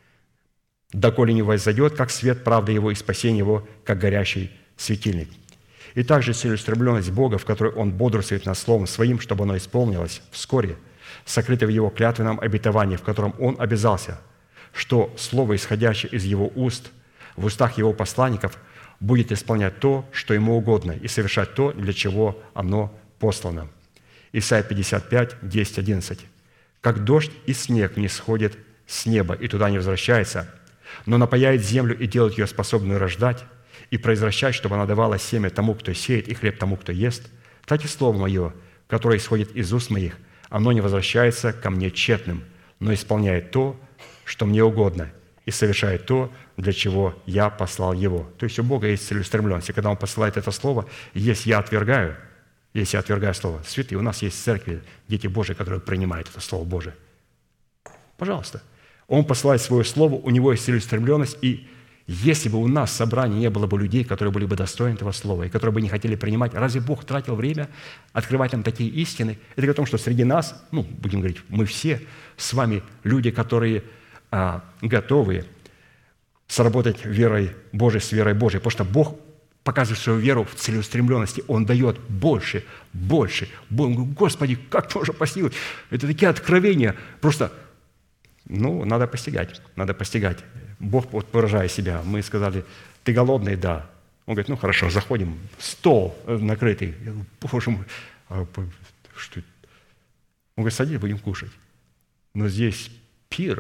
«Доколе не возойдет, как свет, правда Его, и спасение Его, как горящий светильник». И также целеустремленность Бога, в которой Он бодрствует над Словом Своим, чтобы оно исполнилось вскоре, сокрыты в Его клятвенном обетовании, в котором Он обязался, что слово, исходящее из Его уст, в устах Его посланников, будет исполнять то, что Ему угодно, и совершать то, для чего оно послано. Исайя 55, 10, 11. «Как дождь и снег не сходит с неба и туда не возвращается, но напояет землю и делает ее способную рождать, и произвращать, чтобы она давала семя тому, кто сеет, и хлеб тому, кто ест, так и слово мое, которое исходит из уст моих, оно не возвращается ко мне тщетным, но исполняет то, что мне угодно, и совершает то, для чего я послал его». То есть у Бога есть целеустремленность. И когда Он посылает это слово, если я отвергаю слово, святые, у нас есть в церкви дети Божии, которые принимают это слово Божие. Пожалуйста. Он посылает свое слово, у него есть целеустремленность, и если бы у нас в собрании не было бы людей, которые были бы достойны этого слова, и которые бы не хотели принимать, разве Бог тратил время открывать нам такие истины? Это говорит о том, что среди нас, будем говорить, мы все с вами люди, которые готовы сработать верой Божией с верой Божией, потому что Бог показывает свою веру в целеустремленности. Он дает больше. Он говорит: Господи, как можно постигнуть? Это такие откровения. Просто, надо постигать. Бог, выражая себя, мы сказали: ты голодный? Да. Он говорит: хорошо, заходим, стол накрытый. Я говорю: Боже мой, что это? Он говорит: садись, будем кушать. Но здесь пир.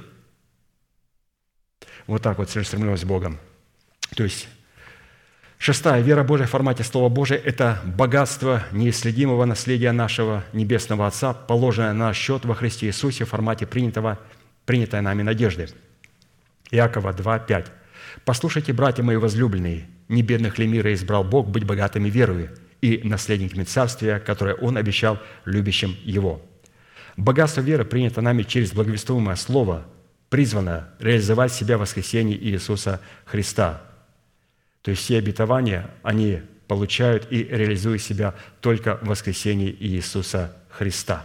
Вот так вот целеустремленность Богом. То есть, 6. Вера Божия в формате Слова Божия – это богатство неисследимого наследия нашего Небесного Отца, положенное на счет во Христе Иисусе в формате принятой нами надежды. Иакова 2:5. «Послушайте, братья мои возлюбленные, не бедных ли мира избрал Бог быть богатыми верою и наследниками Царствия, которое Он обещал любящим Его». Богатство веры принято нами через благовествуемое Слово, призвано реализовать себя в воскресении Иисуса Христа. То есть все обетования, они получают и реализуют себя только в воскресении Иисуса Христа.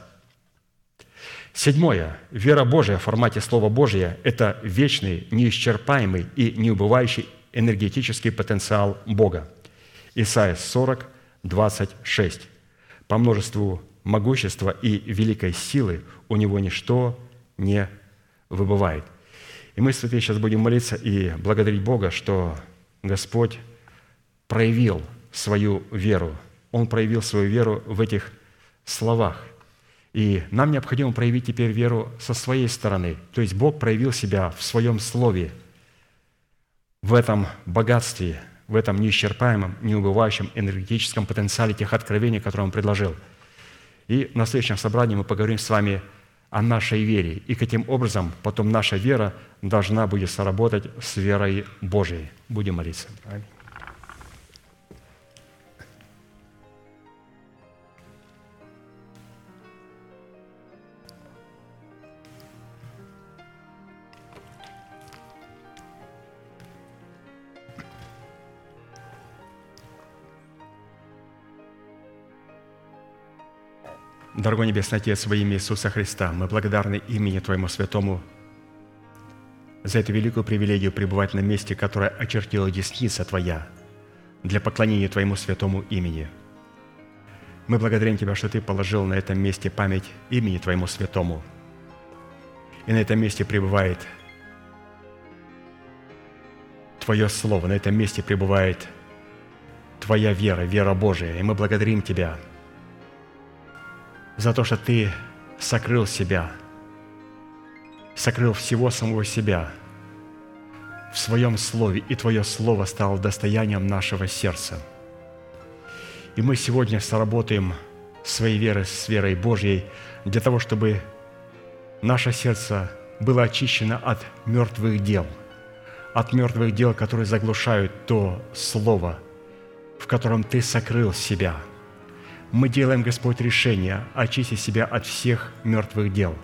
7. Вера Божия в формате Слова Божия – это вечный, неисчерпаемый и неубывающий энергетический потенциал Бога. Исайя 40, 26. «По множеству могущества и великой силы у Него ничто не выбывает». И мы, святые, сейчас будем молиться и благодарить Бога, что Господь проявил свою веру. Он проявил свою веру в этих словах. И нам необходимо проявить теперь веру со своей стороны. То есть Бог проявил себя в Своем Слове, в этом богатстве, в этом неисчерпаемом, неубывающем энергетическом потенциале тех откровений, которые Он предложил. И на следующем собрании мы поговорим с вами о нашей вере, и каким образом потом наша вера должна будет соработать с верой Божией. Будем молиться. Аминь. Дорогой Небесный Отец, во имя Иисуса Христа, мы благодарны имени Твоему Святому за эту великую привилегию пребывать на месте, которое очертила десница Твоя для поклонения Твоему святому имени. Мы благодарим Тебя, что Ты положил на этом месте память имени Твоему святому. И на этом месте пребывает Твое Слово, на этом месте пребывает Твоя вера, вера Божия. И мы благодарим Тебя за то, что Ты сокрыл себя, сокрыл всего самого себя в Своем Слове, и Твое Слово стало достоянием нашего сердца. И мы сегодня соработаем своей верой с верой Божьей для того, чтобы наше сердце было очищено от мертвых дел, которые заглушают то Слово, в котором Ты сокрыл себя. Мы делаем, Господь, решение очистить себя от всех мертвых дел.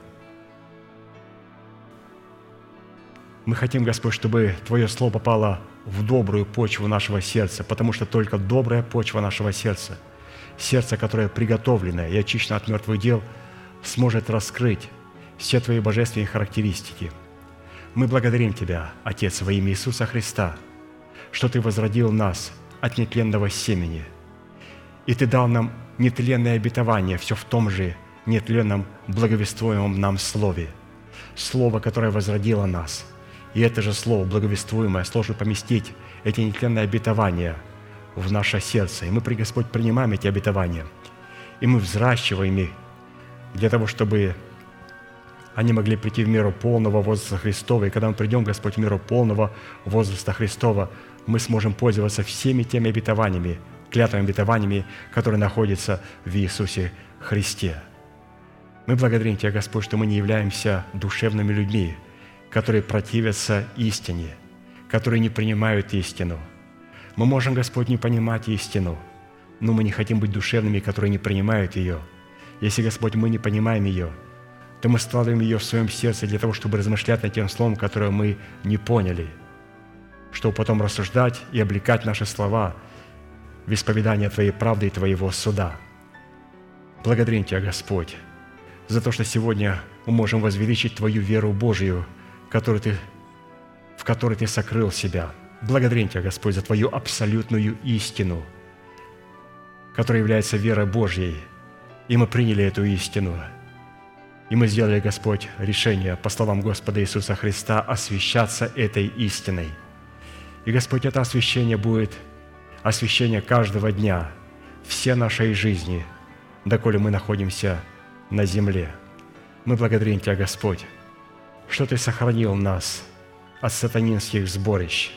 Мы хотим, Господь, чтобы Твое Слово попало в добрую почву нашего сердца, потому что только добрая почва нашего сердца, сердце, которое приготовлено и очищено от мертвых дел, сможет раскрыть все Твои божественные характеристики. Мы благодарим Тебя, Отец, во имя Иисуса Христа, что Ты возродил нас от нетленного семени, и Ты дал нам нетленное обетование все в том же нетленном, благовествуемом нам Слове. Слово, которое возродило нас. И это же Слово, благовествуемое, сложно поместить эти нетленные обетования в наше сердце. И мы, Господь, принимаем эти обетования. И мы взращиваем их для того, чтобы они могли прийти в меру полного возраста Христова. И когда мы придем, Господь, в меру полного возраста Христова, мы сможем пользоваться всеми теми обетованиями, клятвами обетованиями, которые находятся в Иисусе Христе. Мы благодарим Тебя, Господь, что мы не являемся душевными людьми, которые противятся истине, которые не принимают истину. Мы можем, Господь, не понимать истину, но мы не хотим быть душевными, которые не принимают ее. Если, Господь, мы не понимаем ее, то мы складываем ее в своем сердце для того, чтобы размышлять над тем словом, которое мы не поняли, чтобы потом рассуждать и облекать наши слова в исповедание Твоей правды и Твоего суда. Благодарим Тебя, Господь, за то, что сегодня мы можем возвеличить Твою веру Божию, в которой Ты сокрыл себя. Благодарим Тебя, Господь, за Твою абсолютную истину, которая является верой Божьей. И мы приняли эту истину. И мы сделали, Господь, решение, по словам Господа Иисуса Христа, освящаться этой истиной. И, Господь, это освящение будет освящение каждого дня, все нашей жизни, доколе мы находимся на земле. Мы благодарим Тебя, Господь, что Ты сохранил нас от сатанинских сборищ.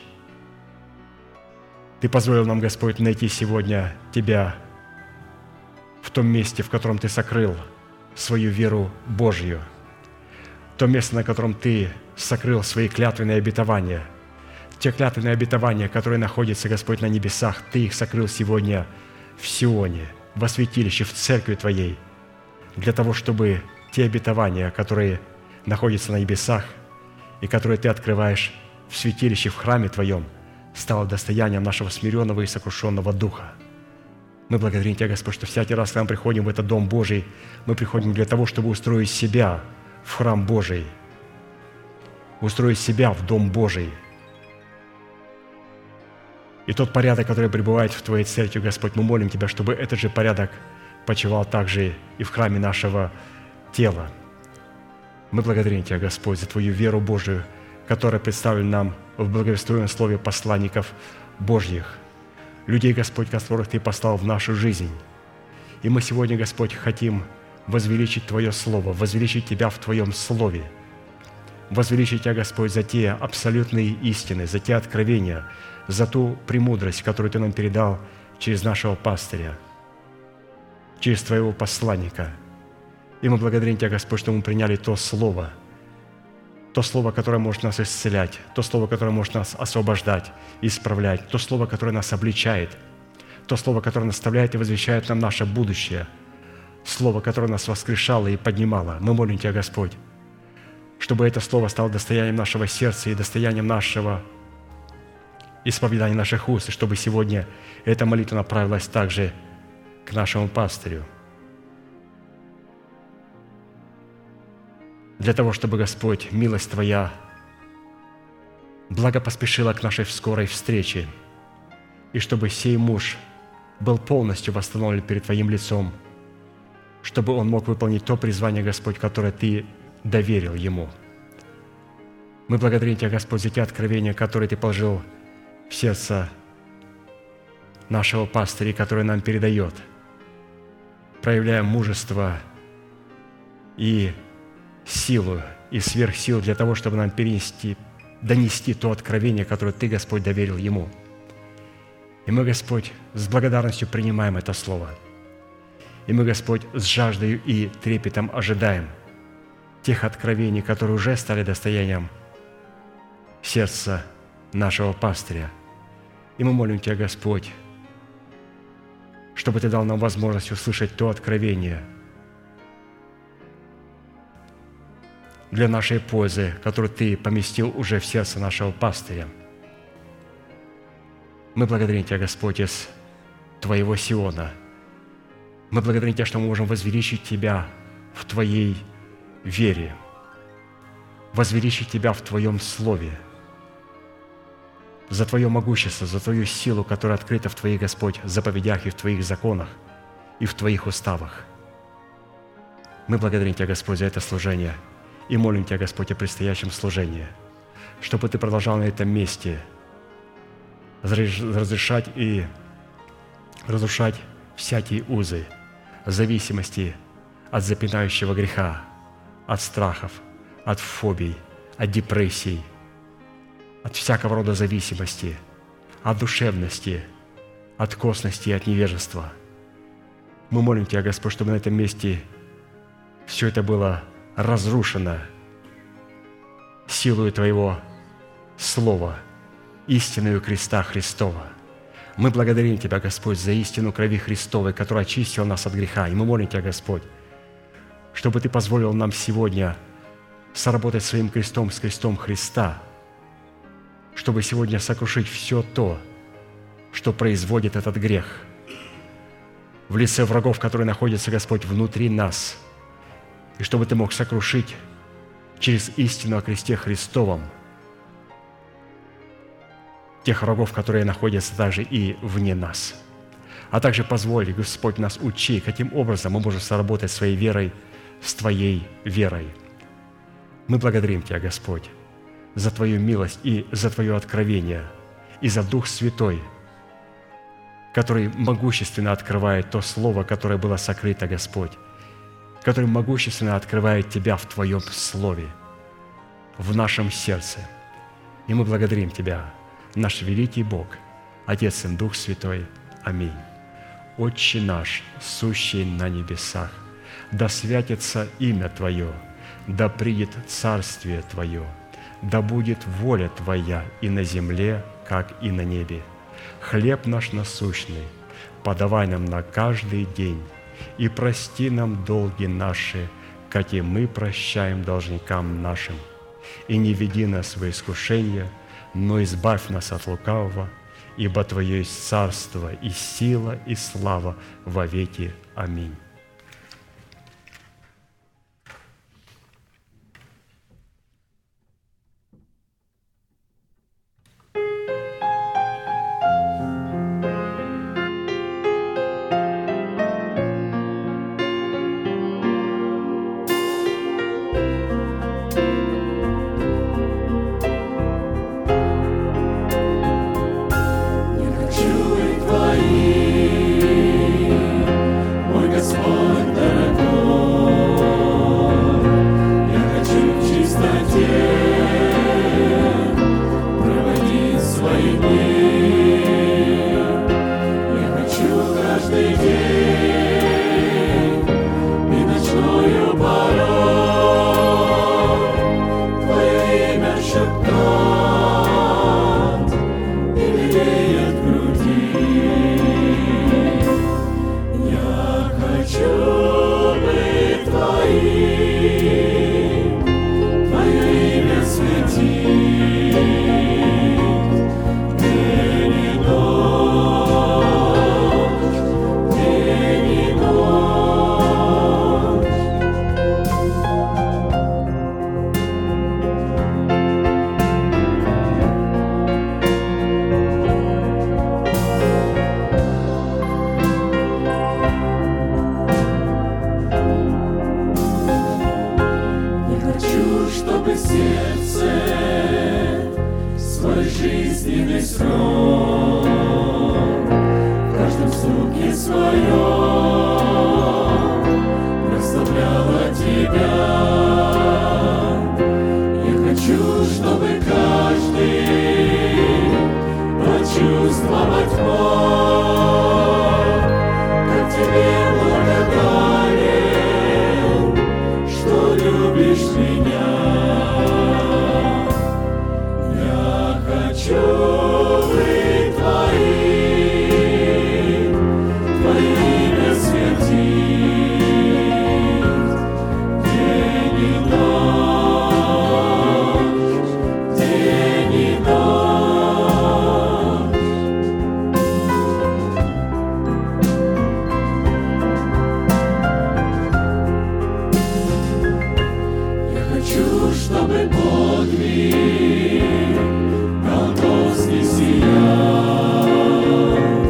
Ты позволил нам, Господь, найти сегодня Тебя в том месте, в котором Ты сокрыл свою веру Божью, то место, на котором Ты сокрыл свои клятвенные обетования, те клятвенные обетования, которые находятся, Господь, на небесах, Ты их сокрыл сегодня в Сионе, во святилище, в церкви Твоей, для того, чтобы те обетования, которые находятся на небесах и которые Ты открываешь в святилище, в храме Твоем, стало достоянием нашего смиренного и сокрушенного духа. Мы благодарим Тебя, Господь, что всякий раз, когда мы приходим в этот Дом Божий, мы приходим для того, чтобы устроить себя в храм Божий, устроить себя в Дом Божий. И тот порядок, который пребывает в Твоей церкви, Господь, мы молим Тебя, чтобы этот же порядок почивал также и в храме нашего тела. Мы благодарим Тебя, Господь, за Твою веру Божию, которая представлена нам в благовествуемом слове посланников Божьих, людей, Господь, которых Ты послал в нашу жизнь. И мы сегодня, Господь, хотим возвеличить Твое Слово, возвеличить Тебя в Твоем Слове, возвеличить Тебя, Господь, за те абсолютные истины, за те откровения, за ту премудрость, которую Ты нам передал через нашего пастыря, через Твоего посланника. И мы благодарим Тебя, Господь, что мы приняли то Слово, которое может нас исцелять, то Слово, которое может нас освобождать, исправлять, то Слово, которое нас обличает, то Слово, которое наставляет и возвещает нам наше будущее, Слово, которое нас воскрешало и поднимало. Мы молим Тебя, Господь, чтобы это Слово стало достоянием нашего сердца и достоянием нашего исповедания наших уст, и чтобы сегодня эта молитва направилась также к нашему пастырю. Для того, чтобы, Господь, милость Твоя благо поспешила к нашей скорой встрече, и чтобы сей муж был полностью восстановлен перед Твоим лицом, чтобы он мог выполнить то призвание, Господь, которое Ты доверил ему. Мы благодарим Тебя, Господь, за те откровения, которые Ты положил в сердце нашего пастыря, который нам передает, проявляя мужество и силу и сверхсилу для того, чтобы нам донести то откровение, которое Ты, Господь, доверил ему. И мы, Господь, с благодарностью принимаем это Слово. И мы, Господь, с жаждой и трепетом ожидаем тех откровений, которые уже стали достоянием сердца нашего пастыря. И мы молим Тебя, Господь, чтобы Ты дал нам возможность услышать то откровение для нашей пользы, которую Ты поместил уже в сердце нашего пастыря. Мы благодарим Тебя, Господь, из Твоего Сиона. Мы благодарим Тебя, что мы можем возвеличить Тебя в Твоей вере, возвеличить Тебя в Твоем Слове, за Твое могущество, за Твою силу, которая открыта в Твоих, Господь, заповедях и в Твоих законах, и в Твоих уставах. Мы благодарим Тебя, Господь, за это служение и молим Тебя, Господь, о предстоящем служении, чтобы Ты продолжал на этом месте разрешать и разрушать всякие узы, зависимости от запинающего греха, от страхов, от фобий, от депрессий, от всякого рода зависимости, от душевности, от косности и от невежества. Мы молим Тебя, Господь, чтобы на этом месте все это было разрушено силою Твоего Слова, истиною креста Христова. Мы благодарим Тебя, Господь, за истину крови Христовой, которая очистила нас от греха. И мы молим Тебя, Господь, чтобы Ты позволил нам сегодня соработать своим крестом с крестом Христа, чтобы сегодня сокрушить все то, что производит этот грех в лице врагов, которые находятся, Господь, внутри нас, и чтобы Ты мог сокрушить через истину о кресте Христовом тех врагов, которые находятся также и вне нас. А также позволь, Господь, нас учи, каким образом мы можем соработать своей верой с Твоей верой. Мы благодарим Тебя, Господь, за Твою милость и за Твое откровение, и за Дух Святой, который могущественно открывает то Слово, которое было сокрыто, Господь, который могущественно открывает Тебя в Твоем Слове, в нашем сердце. И мы благодарим Тебя, наш великий Бог, Отец и Дух Святой. Аминь. Отче наш, сущий на небесах, да святится имя Твое, да придет царствие Твое, да будет воля Твоя и на земле, как и на небе. Хлеб наш насущный подавай нам на каждый день, и прости нам долги наши, как и мы прощаем должникам нашим. И не веди нас во искушение, но избавь нас от лукавого, ибо Твое есть царство и сила и слава во веки. Аминь.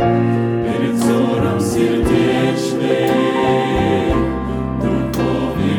Сердечный, духовный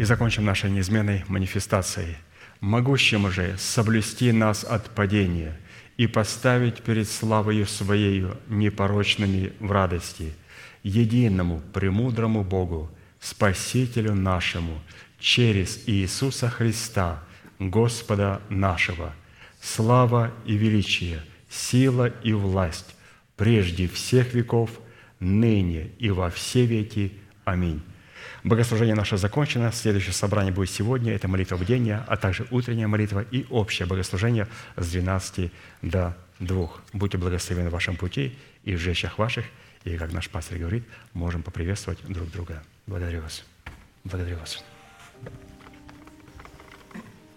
И закончим нашей неизменной манифестацией. «Могущим же соблюсти нас от падения и поставить перед славою Своею непорочными в радости, единому премудрому Богу, Спасителю нашему, через Иисуса Христа, Господа нашего, слава и величие, сила и власть прежде всех веков, ныне и во все веки. Аминь». Богослужение наше закончено. Следующее собрание будет сегодня. Это молитва бдения, а также утренняя молитва и общее богослужение с 12 до 2. Будьте благословены в вашем пути и в жилищах ваших. И, как наш пастор говорит, можем поприветствовать друг друга. Благодарю вас. Благодарю вас.